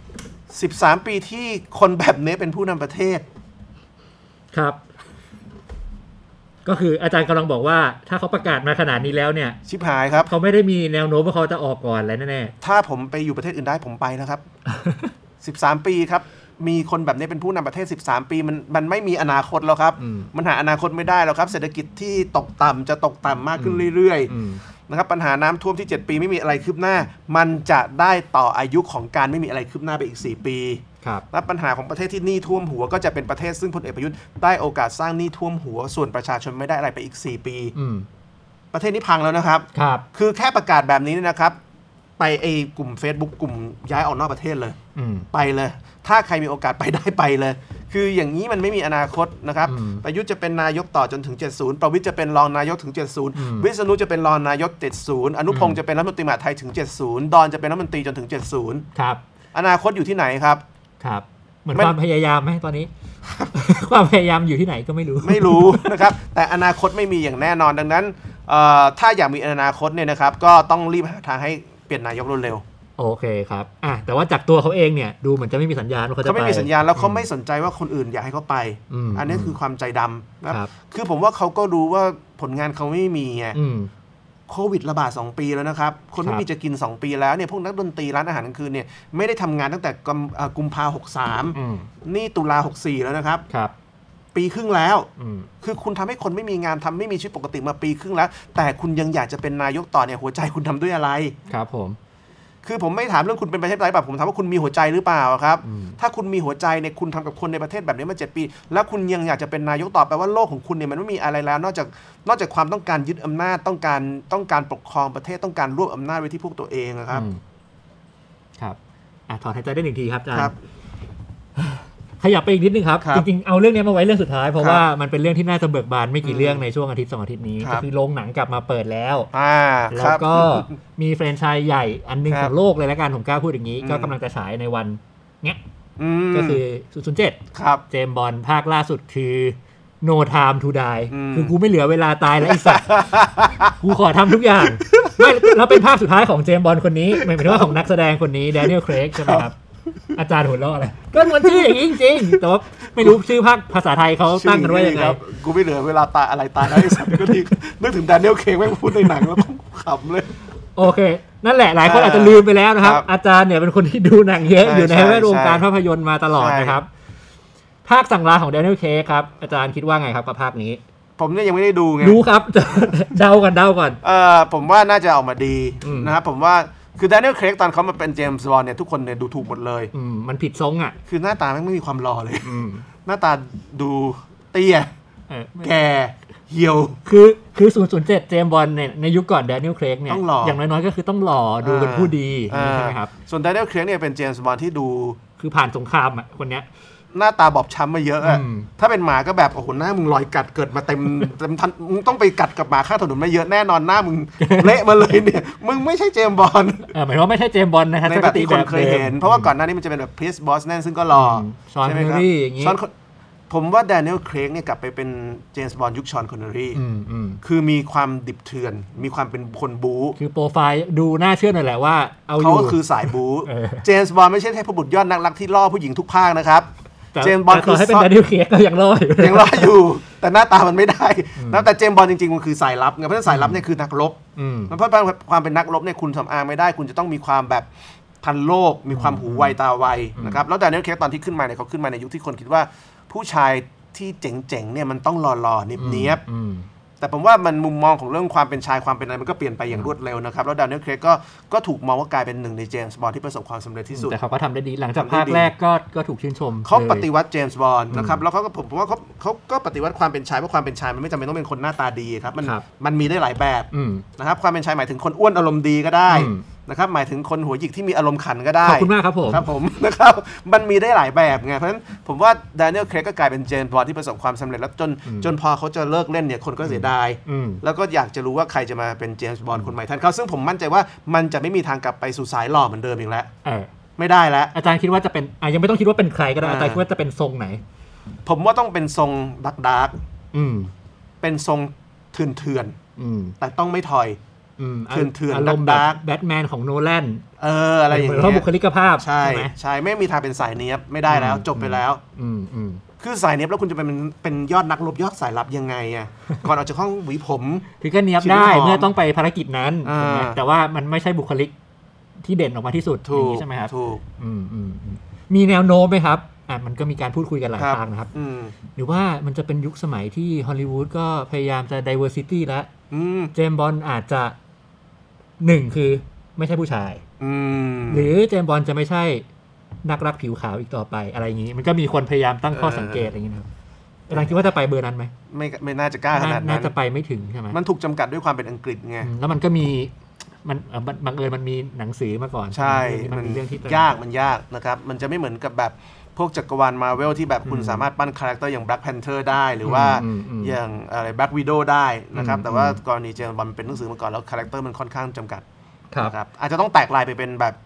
13 ปีที่คนแบบนี้เป็นผู้นำประเทศครับก็คืออาจารย์กำลังบอกว่าถ้าเขาประกาศมาขนาดนี้แล้วเนี่ยชิบหายครับเขาไม่ได้มีแนวโน้มว่าเขาจะออกก่อนแล้วแน่ๆถ้าผมไปอยู่ประเทศอื่นได้ผมไปแล้วครับ13 ปีครับมีคนแบบนี้เป็นผู้นำประเทศ13 ปีมันไม่มีอนาคตแล้วครับมันหาอนาคตไม่ได้แล้วครับเศรษฐกิจที่ตกต่ำจะตกต่ำมากขึ้นเรื่อยๆนะครับปัญหาน้ำท่วมที่7 ปีไม่มีอะไรคืบหน้ามันจะได้ต่ออายุของการไม่มีอะไรคืบหน้าไปอีก4 ปีและปัญหาของประเทศที่หนี้ท่วมหัวก็จะเป็นประเทศซึ่งพลเอกประยุทธ์ได้โอกาสสร้างหนี้ท่วมหัวส่วนประชาชนไม่ได้อะไรไปอีก4 ปีประเทศนี้พังแล้วนะครับคือแค่ประกาศแบบนี้นะครับไปกลุ่ม Facebook กลุ่มย้ายออกนอกประเทศเลยไปเลยถ้าใครมีโอกาสไปได้ไปเลยคืออย่างนี้มันไม่มีอนาคตนะครับประยุทธ์จะเป็นนายกต่อจนถึง70ประวิตรจะเป็นรองนายกถึง70วิษณุจะเป็นรองนายก70อนุพงศ์จะเป็นรัฐมนตรีมหาดไทยถึง70ดอนจะเป็นรัฐมนตรีจนถึง70ครับอนาคตอยู่ที่ไหนครับครับเหมือนความพยายามไหมตอนนี้ ความพยายามอยู่ที่ไหนก็ไม่รู้นะครับแต่อนาคตไม่มีอย่างแน่นอนดังนั้นถ้าอยากมีอนาคตเนี่ยนะครับก็ต้องรีบหาทางให้เปลี่ยนนายกเร็วโอเคครับแต่ว่าจากตัวเขาเองเนี่ยดูเหมือนจะไม่มีสัญญาณว่าเขาจะไปเขาไม่มีสัญญาณแล้วเขาไม่สนใจว่าคนอื่นอยากให้เขาไปอันนี้คือความใจดำนะครับคือผมว่าเขาก็รู้ว่าผลงานเขาไม่มีไงโควิดระบาด2 ปีแล้วนะครับคนไม่มีจะกิน2 ปีแล้วเนี่ยพวกนักดนตรีร้านอาหารกลางคืนเนี่ยไม่ได้ทำงานตั้งแต่กุมภา63นี่ตุลา64แล้วนะครับปีครึ่งแล้วคือคุณทำให้คนไม่มีงานทำไม่มีชีวิตปกติมาปีครึ่งแล้วแต่คุณยังอยากจะเป็นนายกต่อเนี่ยหัวใจคุณทำด้วยอะไรครับผมคือผมไม่ถามเรื่องคุณเป็นประเทศไรแบบผมถามว่าคุณมีหัวใจหรือเปล่าครับถ้าคุณมีหัวใจเนี่ยคุณทำกับคนในประเทศแบบนี้มา7 ปีแล้วคุณยังอยากจะเป็นนายกต่อแปลว่าโลกของคุณเนี่ยมันไม่มีอะไรแล้วนอกจากความต้องการยึดอำนาจต้องการปกครองประเทศต้องการรวบอำนาจไว้ที่พวกตัวเองครับครับถอนหายใจได้1 ทีครับอาจารย์ขยับไปอีกนิดนึงครับจริงๆเอาเรื่องนี้มาไว้เรื่องสุดท้ายเพราะว่ามันเป็นเรื่องที่น่าจะเบิกบานไม่กี่เรื่องในช่วงอาทิตย์2 อาทิตย์นี้ก็คือโรงหนังกลับมาเปิดแล้วแล้วก็มีแฟรนไชส์ใหญ่อันนึงของโลกเลยละกันผมกล้าพูดอย่างนี้ก็กำลังจะฉายในวันเนี้ยก็คือ007เจมส์บอนด์ภาคล่าสุดคือ No Time to Die คือกูไม่เหลือเวลาตายแล้วไอ้สัสกูขอทำทุกอย่างไม่แล้วเป็นภาคสุดท้ายของเจมส์บอนด์คนนี้หมายถึงว่าของนักแสดงคนนี้แดเนียล เครกใช่ไหมครับอาจารย์หัวเราะอะไรก็มันชื่ออย่างนี้จริงๆแต่ว่าไม่รู้ชื่อภาษาไทยเขาตั้งกันไว้ยังไงกูไม่เหลือเวลาตายอะไรตายแล้วไอ้สัตว์ก็ทีนึกถึงแดเนียล เครกแม่งพูดในหนังแล้วขำเลยโอเคนั่นแหละหลายคนอาจจะลืมไปแล้วนะครับอาจารย์เนี่ยเป็นคนที่ดูหนังเยอะอยู่ในแวดวงการภาพยนตร์มาตลอดนะครับภาคสั่งลาของแดเนียล เครกครับอาจารย์คิดว่าไงครับกับภาคนี้ผมเนี่ยยังไม่ได้ดูไงรู้ครับเดาก่อนผมว่าน่าจะออกมาดีนะครับผมว่าคือแดเนียล เครกตอนเขามาเป็นเจมส์บอนด์เนี่ยทุกคนเนี่ยดูถูกหมดเลยมันผิดทรงอ่ะคือหน้าตาไม่มีความหล่อเลยหน้าตาดูเตี้ยแก่เหี่ยวคือ007เจมส์บอนด์เนี่ยในยุคก่อนแดเนียล เครกเนี่ยอย่างน้อยๆก็คือต้องหล่อดูเป็นผู้ดีใช่ไหมครับส่วนแดเนียล เครกเนี่ยเป็นเจมส์บอนด์ที่ดูคือผ่านสงครามอ่ะคนเนี้ยหน้าตาบอบช้ำมาเยอะอะถ้าเป็นหมาก็แบบโอ้โหหน้ามึงรอยกัดเกิดมาเต็มทันมึงต้องไปกัดกับหมาข้างถนนมาเยอะแน่นอนหน้ามึงเละมาเลยเนี่ยมึงไม่ใช่เจมส์บอนด์หมายว่าไม่ใช่เจมส์บอนด์นะครับในแบบที่คนเคยเห็นเพราะว่าก่อนหน้านี้มันจะเป็นแบบพีร์ซ บรอสแนนซึ่งก็หล่อใช่ไหมครับผมว่าแดเนียล เครกเนี่ยกลับไปเป็นเจมส์บอนด์ยุคชอน คอนเนอรีคือมีความดิบเถื่อนมีความเป็นคนบู๊คือโปรไฟล์ดูน่าเชื่อหน่อยแหละว่าเขาก็คือสายบู๊เจมส์บอนด์ไม่ใช่เทพบุตรยอดนักรักที่ล่อผู้หญิงทุกภาคนะครับเจมส์บอนด์คือให้เป็นแดเนียล เครกก็ยังรออยู่แต่หน้าตามันไม่ได้นะแต่เจมส์บอนด์จริงๆมันคือสายลับไงเพราะสายลับเนี่ยคือนักรบเพราะความเป็นนักรบเนี่ยคุณสำอางไม่ได้คุณจะต้องมีความแบบทันโลกมีความหูไวตาไวนะครับแล้วแดเนียล เครกตอนที่ขึ้นมาเนี่ยเขาขึ้นมาในยุคที่คนคิดว่าผู้ชายที่เจ๋งๆเนี่ยมันต้องหล่อๆเนียบแต่ผมว่ามันมุมมองของเรื่องความเป็นชายความเป็นอะไรมันก็เปลี่ยนไปอย่างรวดเร็วนะครับแล้วแดเนียล เครกก็ถูกมองว่ากลายเป็นหนึ่งในเจมส์บอนด์ที่ประสบความสำเร็จที่สุดแต่เขาก็ทำได้ดีหลังจากภาคแรกก็ถูกชื่นชมเขาปฏิวัติเจมส์บอนด์นะครับแล้วผมว่าเขาก็ปฏิวัติความเป็นชายเพราะความเป็นชายมันไม่จำเป็นต้องเป็นคนหน้าตาดีครับมันมีได้หลายแบบนะครับความเป็นชายหมายถึงคนอ้วนอารมณ์ดีก็ได้นะครับหมายถึงคนหัวหยิกที่มีอารมณ์ขันก็ได้ขอบคุณมากครับผมนะครับมันมีได้หลายแบบไงเพราะฉะนั้นผมว่าแดเนียล เครกก็กลายเป็นเจมส์บอนด์ที่ประสบความสำเร็จแล้วจนพอเขาจะเลิกเล่นเนี่ยคนก็เสียดายแล้วก็อยากจะรู้ว่าใครจะมาเป็นเจมส์บอนด์คนใหม่แทนเขาซึ่งผมมั่นใจว่ามันจะไม่มีทางกลับไปสู่สายหล่อเหมือนเดิมอีกแล้วไม่ได้แล้วอาจารย์คิดว่าจะเป็นยังไม่ต้องคิดว่าเป็นใครก็ได้อาจารย์คิดว่าจะเป็นทรงไหนผมว่าต้องเป็นทรงดาร์กเป็นทรงเถื่อนแต่ต้องไม่ถอยเถื่อนอารมณ์แบบแบทแมนของโนแลนอะไรอย่างเงี้ยเพราะบุคลิกภาพใช่ไม่มีทางเป็นสายเนี้ยบไม่ได้แล้วจบไปแล้วคือสายเนี้ยบแล้วคุณจะเป็นยอดนักรบยอดสายลับยังไงอ่ะก่อนออกจากห้องหวีผมคือก็เนี้ยบได้เมื่อต้องไปภารกิจนั้นแต่ว่ามันไม่ใช่บุคลิกที่เด่นออกมาที่สุดอย่างนี้ใช่ไหมครับถูกมีแนวโน้มไหมครับมันก็มีการพูดคุยกันหลายทางนะครับหรือว่ามันจะเป็นยุคสมัยที่ฮอลลีวูดก็พยายามจะ diversity แล้วเจมส์บอนด์อาจจะ1คือไม่ใช่ผู้ชายหรือเจมส์บอนด์จะไม่ใช่นักรักผิวขาวอีกต่อไปอะไรอย่างนี้มันก็มีคนพยายามตั้งข้อสังเกตอะไรอย่างนี้นะครับอาจารย์คิดว่าจะไปเบอร์นั้นไหมไม่น่าจะกล้าขนาดนั้นน่าจะไปไม่ถึงใช่ไหมมันถูกจำกัดด้วยความเป็นอังกฤษไงแล้วมันก็มีมันบังเอิญมันมีหนังสือมาก่อนใช่มันเรื่องที่ยากนะครับมันจะไม่เหมือนกับแบบพวกจักรวาลมาเวลที่แบบคุณสามารถปั้นคาแรคเตอร์อย่าง Black Panther ได้หรือว่าอย่างอะไร Black Widow ได้นะครับแต่ว่ากรณีเจมส์บอนด์เป็นหนังสือมาก่อนแล้วคาแรคเตอร์มันค่อนข้างจำกัดนะครับอาจจะต้องแตกลายไปเป็นแบบ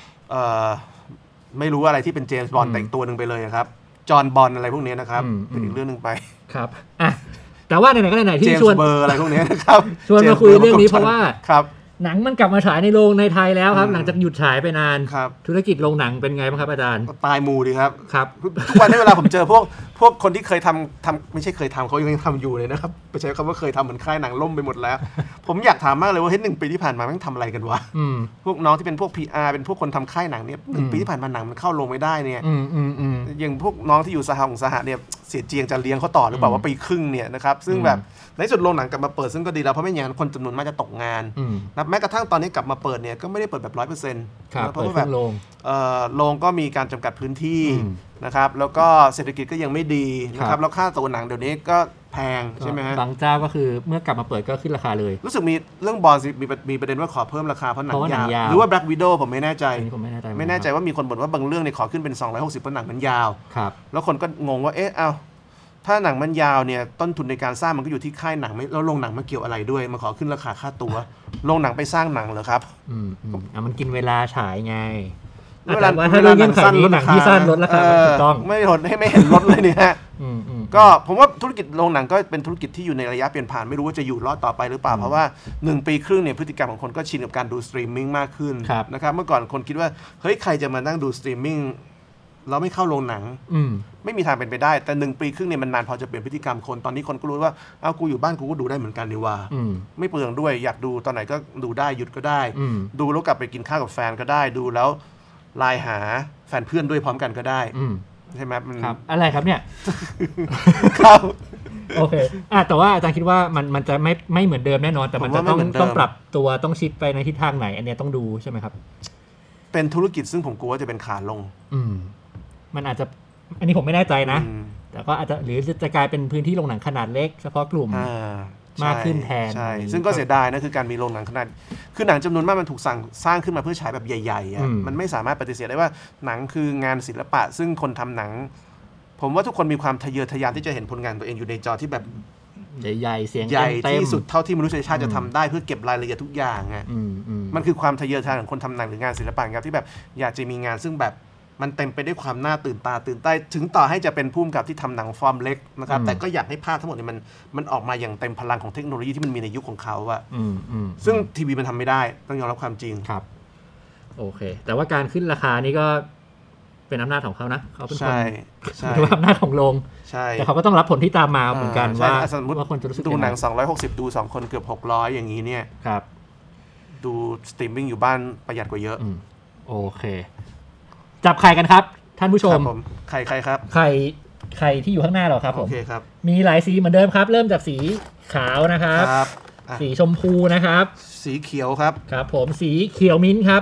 ไม่รู้อะไรที่เป็นเจมส์บอนด์แต่งตัวหนึ่งไปเลยครับจอห์นบอนด์อะไรพวกนี้นะครับเป็นอีกเรื่องนึงไปครับอ่ะแต่ว่าไหนๆก็ไหนๆที่ชวนเบอร์อะไรพวกนี้นะครับชวนมาคุยเรื่องนี้เพราะว่าหนังมันกลับมาฉายในโรงในไทยแล้วครับหลังจากหยุดฉายไปนานธุรกิจโรงหนังเป็นไงบ้างครับอาจารย์ตายมูดีครับครับทุกวันนี้เวลาผมเจอพวกคนที่เคยทำไม่ใช่เคยทำเขายังทำอยู่เลยนะครับไปใช้คำว่าเคยทำเหมือนค่ายหนังล่มไปหมดแล้วผมอยากถามมากเลยว่า1 ปีที่ผ่านมาแม่งทำอะไรกันวะพวกน้องที่เป็นพวก PR เป็นพวกคนทำค่ายหนังเนี่ย1 ปีที่ผ่านมาหนังมันเข้าโรงไม่ได้เนี่ยอย่างพวกน้องที่อยู่สหเนี่ยเสียเจียงจะเลี้ยงเขาต่อหรือเปล่าว่าปีครึ่งเนี่ยนะครับซึ่งแบบในสุดโรงหนังกลับมาเปิดซึ่งก็ดีแล้วเพราะไม่อย่างนั้นคนจำนวนมากจะตกงานนะแม้กระทั่งตอนนี้กลับมาเปิดเนี่ยก็ไม่ได้เปิดแบบ 100% เพราะว่าแบบโรงก็มีการจำกัดพื้นที่นะครับแล้วก็เศรษฐกิจก็ยังไม่ดีนะครับแล้วค่าตัวหนังเดี๋ยวนี้ก็แพงใช่ไหมฮะบางเจ้าก็คือเมื่อกลับมาเปิดก็ขึ้นราคาเลยรู้สึกมีเรื่องบอลมีประเด็นว่าขอเพิ่มราคาเพราะหนังยาวหรือว่า Black Widow ผมไม่แน่ใจว่ามีคนบ่นว่าบางเรื่องเนี่ยขอขึ้นเป็น260เพราะหนังมันยาวแล้วคนก็งงว่าถ้าหนังมันยาวเนี่ยต้นทุนในการสร้างมันก็อยู่ที่ค่ายหนังแล้วโรงหนังมันเกี่ยวอะไรด้วยมาขอขึ้นราคาค่าตั๋วโรงหนังไปสร้างหนังเหรอครับมันกินเวลาฉายไงแต่ว่าถ้าเรื่องเงื่อนไขนี้หนังที่สั้นลดราคาถูกต้องไม่เห็นลดเลยเนี่ยฮะก็ผมว่าธุรกิจโรงหนังก็เป็นธุรกิจที่อยู่ในระยะเปลี่ยนผ่านไม่รู้ว่าจะอยู่รอดต่อไปหรือเปล่าเพราะว่า1 ปีครึ่งเนี่ยพฤติกรรมของคนก็ชินกับการดูสตรีมมิ่งมากขึ้นนะครับเมื่อก่อนคนคิดว่าเฮ้ยใครจะมานั่งดูสตรีมมิ่งเราไม่เข้าโรงหนังไม่มีทางเป็นไปได้แต่1 ปีครึ่งเนี่ยมันนานพอจะเปลี่ยนพฤติกรรมคนตอนนี้คนก็รู้ว่ากูอยู่บ้านกูก็ดูได้เหมือนกันดีว่าไม่เปลืองด้วยอยากดูตอนไหนก็ดูได้หยุดก็ได้ดูแล้วกลับไปกินข้าวกับแฟนก็ได้ดูแล้วไลน์หาแฟนเพื่อนด้วยพร้อมกันก็ได้ใช่ไหมครับอะไรครับเนี่ยครับโอเคแต่ว่าอาจารย์คิดว่ามันจะไม่เหมือนเดิมแน่นอนแต่มันจะต้องปรับตัวต้องชิดไปในทิศทางไหนอันนี้ต้องดูใช่ไหมครับเป็นธุรกิจซึ่งผมกลัวว่าจะเป็นขาลงมันอาจจะอันนี้ผมไม่แน่ใจนะแต่ก็อาจจะหรือจะกลายเป็นพื้นที่โรงหนังขนาดเล็กเฉพาะกลุ่มมากขึ้นแทนใช่ซึ่งก็เสียดายนะคือการมีโรงหนังขนาดคือหนังจำนวนมากมันถูกสร้างขึ้นมาเพื่อฉายแบบใหญ่ๆมันไม่สามารถปฏิเสธได้ว่าหนังคืองานศิลปะซึ่งคนทำหนังผมว่าทุกคนมีความทะเยอทะยานที่จะเห็นผลงานตัวเองอยู่ในจอที่แบบใหญ่ๆเสียงใหญ่ที่สุดเท่าที่มนุษยชาติจะทำได้เพื่อเก็บรายละเอียดทุกอย่างมันคือความทะเยอทะยานของคนทำหนังหรืองานศิลปะครับที่แบบอยากจะมีงานซึ่งแบบมันเต็มไปด้วยความน่าตื่นตาตื่นใจถึงต่อให้จะเป็นผู้กำกับที่ทำหนังฟอร์มเล็กนะครับแต่ก็อยากให้ภาพทั้งหมดนี้มันออกมาอย่างเต็มพลังของเทคโนโลยีที่มันมีในยุคของเขาอะซึ่งทีวีมันทำไม่ได้ต้องยอมรับความจริงครับโอเคแต่ว่าการขึ้นราคานี้ก็เป็นอำนาจของเขานะเขาเป็นคนเป็นอำนาจของโรงแต่เขาก็ต้องรับผลที่ตามมาเหมือนกันว่าคนจะรู้สึกดูหนัง260ดู2คนเกือบ600อย่างนี้เนี่ยครับดูสตรีมมิ่งอยู่บ้านประหยัดกว่าเยอะโอเคจับไข่กันครับท่านผู้ชมไข่ครับไข่ที่อยู่ข้างหน้าเราครับผมโอเคครับมีหลายสีเหมือนเดิมครับเริ่มจากสีขาวนะครับสีชมพูนะครับสีเขียวครับครับผมสีเขียวมิ้นท์ครับ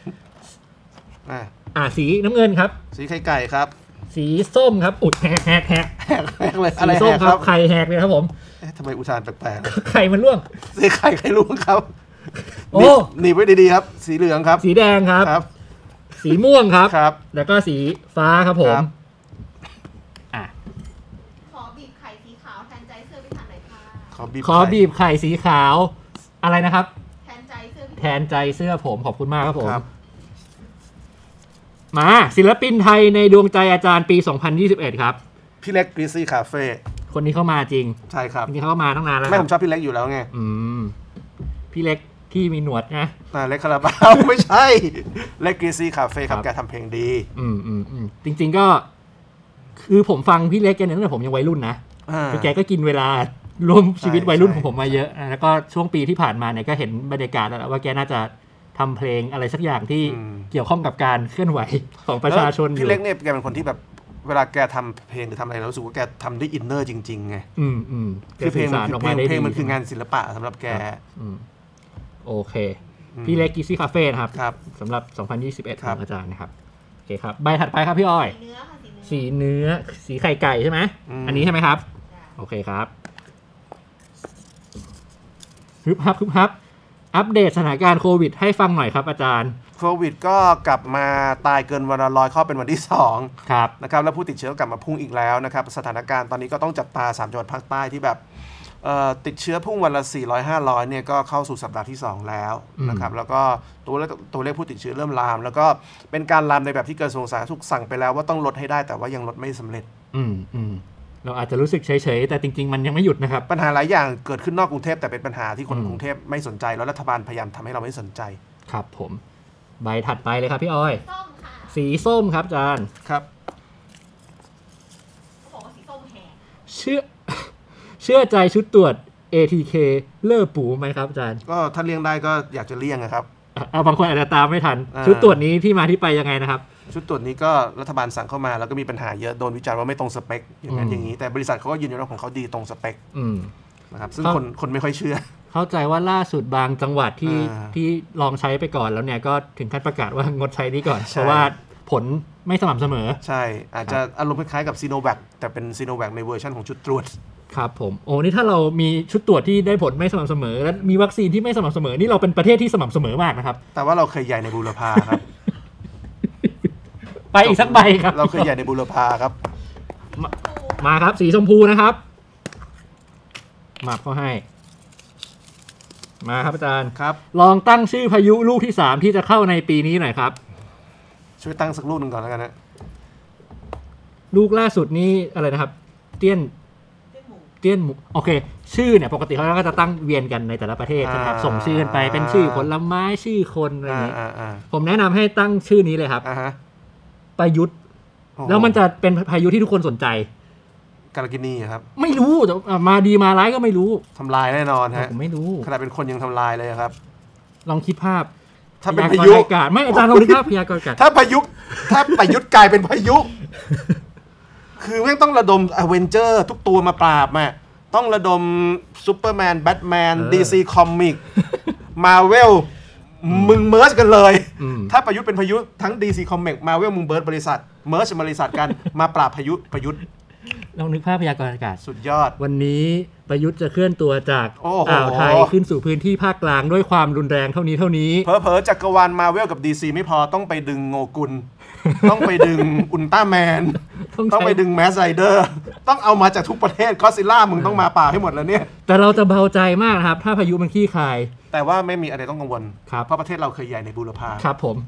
สีน้ำเงินครับสีไข่ไก่ครับสีส้มครับอุดแหกเลยอะไรส้มครับไข่แหกเลยครับผมทำไมอุทานแปลกๆไข่มันร่วงสีไข่ร่วงครับโอ้หนีไว้ดีๆครับสีเหลืองครับสีแดงครับสีม่วงครับแล้วก็สีฟ้าครับผมขอบีบไข่สีขาวแทนใจเสื้อพิธานหน่อยค่ะขอบีบไข่สีขาวอะไรนะครับแทนใจเสื้อผมขอบคุณมากครับผมมาศิลปินไทยในดวงใจอาจารย์ปี2021ครับพี่เล็กกรีซี่คาเฟ่คนนี้เข้ามาจริงใช่ครับจริงเขาก็มาตั้งนานแล้วไม่ผมชอบพี่เล็กอยู่แล้วไงพี่เล็กที่มีหนวดนะเล็กคาราบาวไม่ใช่เล็กกรีซี่คาเฟ่ครับแกทำเพลงดีจริงๆก็คือผมฟังพี่เล็กแกเนี่ยตั้งแต่ผมยังวัยรุ่นนะแกก็กินเวลารวมชีวิตวัยรุ่นของผมมาเยอะแล้วก็ช่วงปีที่ผ่านมาเนี่ยก็เห็นบรรยากาศแล้วว่าแกน่าจะทำเพลงอะไรสักอย่างที่เกี่ยวข้องกับการเคลื่อนไหวของประชาชนพี่เล็กเนี่ยแกเป็นคนที่แบบเวลาแกทำเพลงหรือทำอะไรเรารู้สึกว่าแกทำด้วยอินเนอร์จริงๆไงคือเพลงมันคืองานศิลปะสำหรับแกโอเคพี่เล็กกิซี่คาเฟ่นะครับสำหรับ2021ของอาจารย์นะครับเคครับใบถัดไปครับพี่อ้อยสีเนื้อค่ะสีเนื้อสีไข่ไก่ใช่ไหมอันนี้ใช่ไหมครับโอเคครับฮึบฮับอัปเดตสถานการณ์โควิดให้ฟังหน่อยครับอาจารย์โควิดก็กลับมาตายเกินวันละ100เข้าเป็นวันที่2 ครับนะครับแล้วผู้ติดเชื้อกลับมาพุ่งอีกแล้วนะครับสถานการณ์ตอนนี้ก็ต้องจับตา3จังหวัดภาคใต้ที่แบบติดเชื้อพุ่งวันละ400-500เนี่ยก็เข้าสู่สัปดาห์ที่2แล้วนะครับแล้วก็ตัวเลขผู้ติดเชื้อเริ่มลามแล้วก็เป็นการลามในแบบที่กระทรวงสาธารณสุขสั่งไปแล้วว่าต้องลดให้ได้แต่ว่ายังลดไม่สำเร็จเราอาจจะรู้สึกเฉยๆแต่จริงๆมันยังไม่หยุดนะครับปัญหาหลายอย่างเกิดขึ้นนอกกรุงเทพแต่เป็นปัญหาที่คนกรุงเทพไม่สนใจแล้วรัฐบาลพยายามทำให้เราไม่สนใจครับผมใบถัดไปเลยครับพี่อ้อยส้มค่ะสีส้มครับอาจารย์ครับเขาบอกว่าสีส้มแหงเชื่อใจชุดตรวจ ATK เลิกปูไหมครับอาจารย์ก็ถ้าเลี่ยงได้ก็อยากจะเลี่ยงนะครับบางคนอาจจะตามไม่ทันชุดตรวจนี้ที่มาที่ไปยังไงนะครับชุดตรวจนี้ก็รัฐบาลสั่งเข้ามาแล้วก็มีปัญหาเยอะโดนวิจารณ์ว่าไม่ตรงสเปคอย่างนั้นอย่างนี้แต่บริษัทเขาก็ยืนยันว่าของเขาดีตรงสเปคนะครับซึ่งคนไม่ค่อยเชื่อเข้าใจว่าล่าสุดบางจังหวัดที่ลองใช้ไปก่อนแล้วเนี่ยก็ถึงขั้นประกาศว่างดใช้นี้ก่อนเพราะว่าผลไม่สม่ำเสมอใช่อาจจะอารมณ์คล้ายๆกับซีโนแวคแต่เป็นซีโนแวคในเวอร์ชันของชุดตรวจครับผมโอ้นี่ถ้าเรามีชุดตรวจที่ได้ผลไม่สม่ำเสมอและมีวัคซีนที่ไม่สม่ำเสมอนี่เราเป็นประเทศที่สม่ำเสมอมากนะครับแต่ว่าเราเคยใหญ่ในบูรพาครับไปอีกสักใบครับเราเคยใหญ่ในบูรพาครับมาครับสีชมพูนะครับมาเข้าให้มาครับอาจารย์ครับลองตั้งชื่อพายุลูกที่3ที่จะเข้าในปีนี้หน่อยครับช่วยตั้งสักลูกหนึ่งก่อนแล้วกันนะลูกล่าสุดนี้อะไรนะครับเตี้ยนหมูโอเคชื่อเนี่ยปกติเขาก็จะตั้งเวียนกันในแต่ละประเทศใช่ไหมครับส่งชื่อกันไปเป็นชื่อผลไม้ชื่อคนอะไรอย่างนี้ผมแนะนำให้ตั้งชื่อนี้เลยครับประยุทธ์แล้วมันจะเป็นพายุที่ทุกคนสนใจกาลกินีครับไม่รู้แต่มาดีมาร้ายก็ไม่รู้ทำลายแน่นอนฮะผมไม่รู้ขนาดเป็นคนยังทำลายเลยครับลองคิดภาพถ้าเป็นพายุไม่อาจารย์ลองคิดภาพพยากรณ์อากาศถ้าประยุทธ์กลายเป็นพายุคือไม่ต้องระดมอเวนเจอร์ทุกตัวมาปราบมาต้องระดมซูเปอร์แมนแบทแมนดีซีคอมิกมาเวลมึงเมิร์จกันเลยถ้าประยุทธ์เป็นพายุทั้ง DC Comic Marvel มึงเบิร์ดบริษัทเมิร์จบริษัทกันมาปราบประยุทธ์ลองนึกภาพพยากรณ์อากาศสุดยอดวันนี้ประยุทธ์จะเคลื่อนตัวจากอ่าวไทยขึ้นสู่พื้นที่ภาคกลางด้วยความรุนแรงเท่านี้เผลอจักรวาล Marvel กับ DC ไม่พอต้องไปดึงโงกุลต้องไปดึงอุลตร้าแมนต้องไปดึงแมสไรเดอร์ต้องเอามาจากทุกประเทศก็อดซิลล่ามึงต้องมาป่าให้หมดแล้วเนี่ยแต่เราจะเบาใจมากครับถ้าพายุมันขี้คายแต่ว่าไม่มีอะไรต้องกังวลครับเพราะประเทศเราเคยใหญ่ในบูรพาครับผม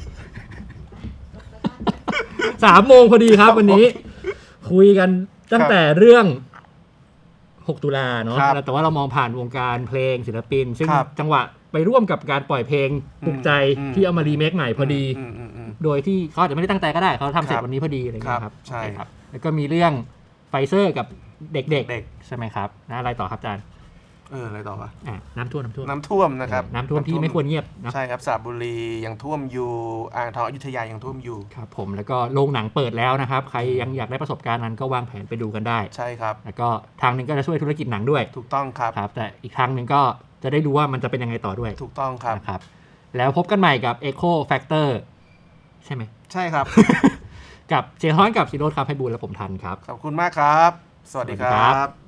3 โมงพอดีครับวันนี้คุยกันตั้งแต่เรื่อง6 ตุลาเนาะแต่ว่าเรามองผ่านวงการเพลงศิลปินซึ่งจังหวะไปร่วมกับการปล่อยเพลงปลุกใจที่เอามารีเมคใหม่พอดีโดยที่เขาอาจจะไม่ได้ตั้งใจก็ได้เขาทำเสร็จวันนี้พอดีอะไรอย่างเงี้ยครับใช่ครับแล้วก็มีเรื่องไฟเซอร์กับเด็กๆใช่ไหมครับอะไรต่อครับอาจารย์อะไรต่อวะน้ำท่วมนะครับน้ำท่วมที่ไม่ควรเงียบใช่ครับสระบุรียังท่วมอยู่อ่างทองอยุธยายังท่วมอยู่ครับผมแล้วก็โรงหนังเปิดแล้วนะครับใครยังอยากได้ประสบการณ์นั้นก็วางแผนไปดูกันได้ใช่ครับแล้วก็ทางนึงก็จะช่วยธุรกิจหนังด้วยถูกต้องครับแต่อีกทางนึงก็จะได้รู้ว่ามันจะเป็นยังไงต่อด้วยถูกต้องครับนะครับแล้วพบกันใหม่กับ Echo Factor ใช่ไหมใช่ครับกับเจฮ้อนกับซีโรสครับให้บูลและผมทันครับขอบคุณมากครับสวัสดีครับ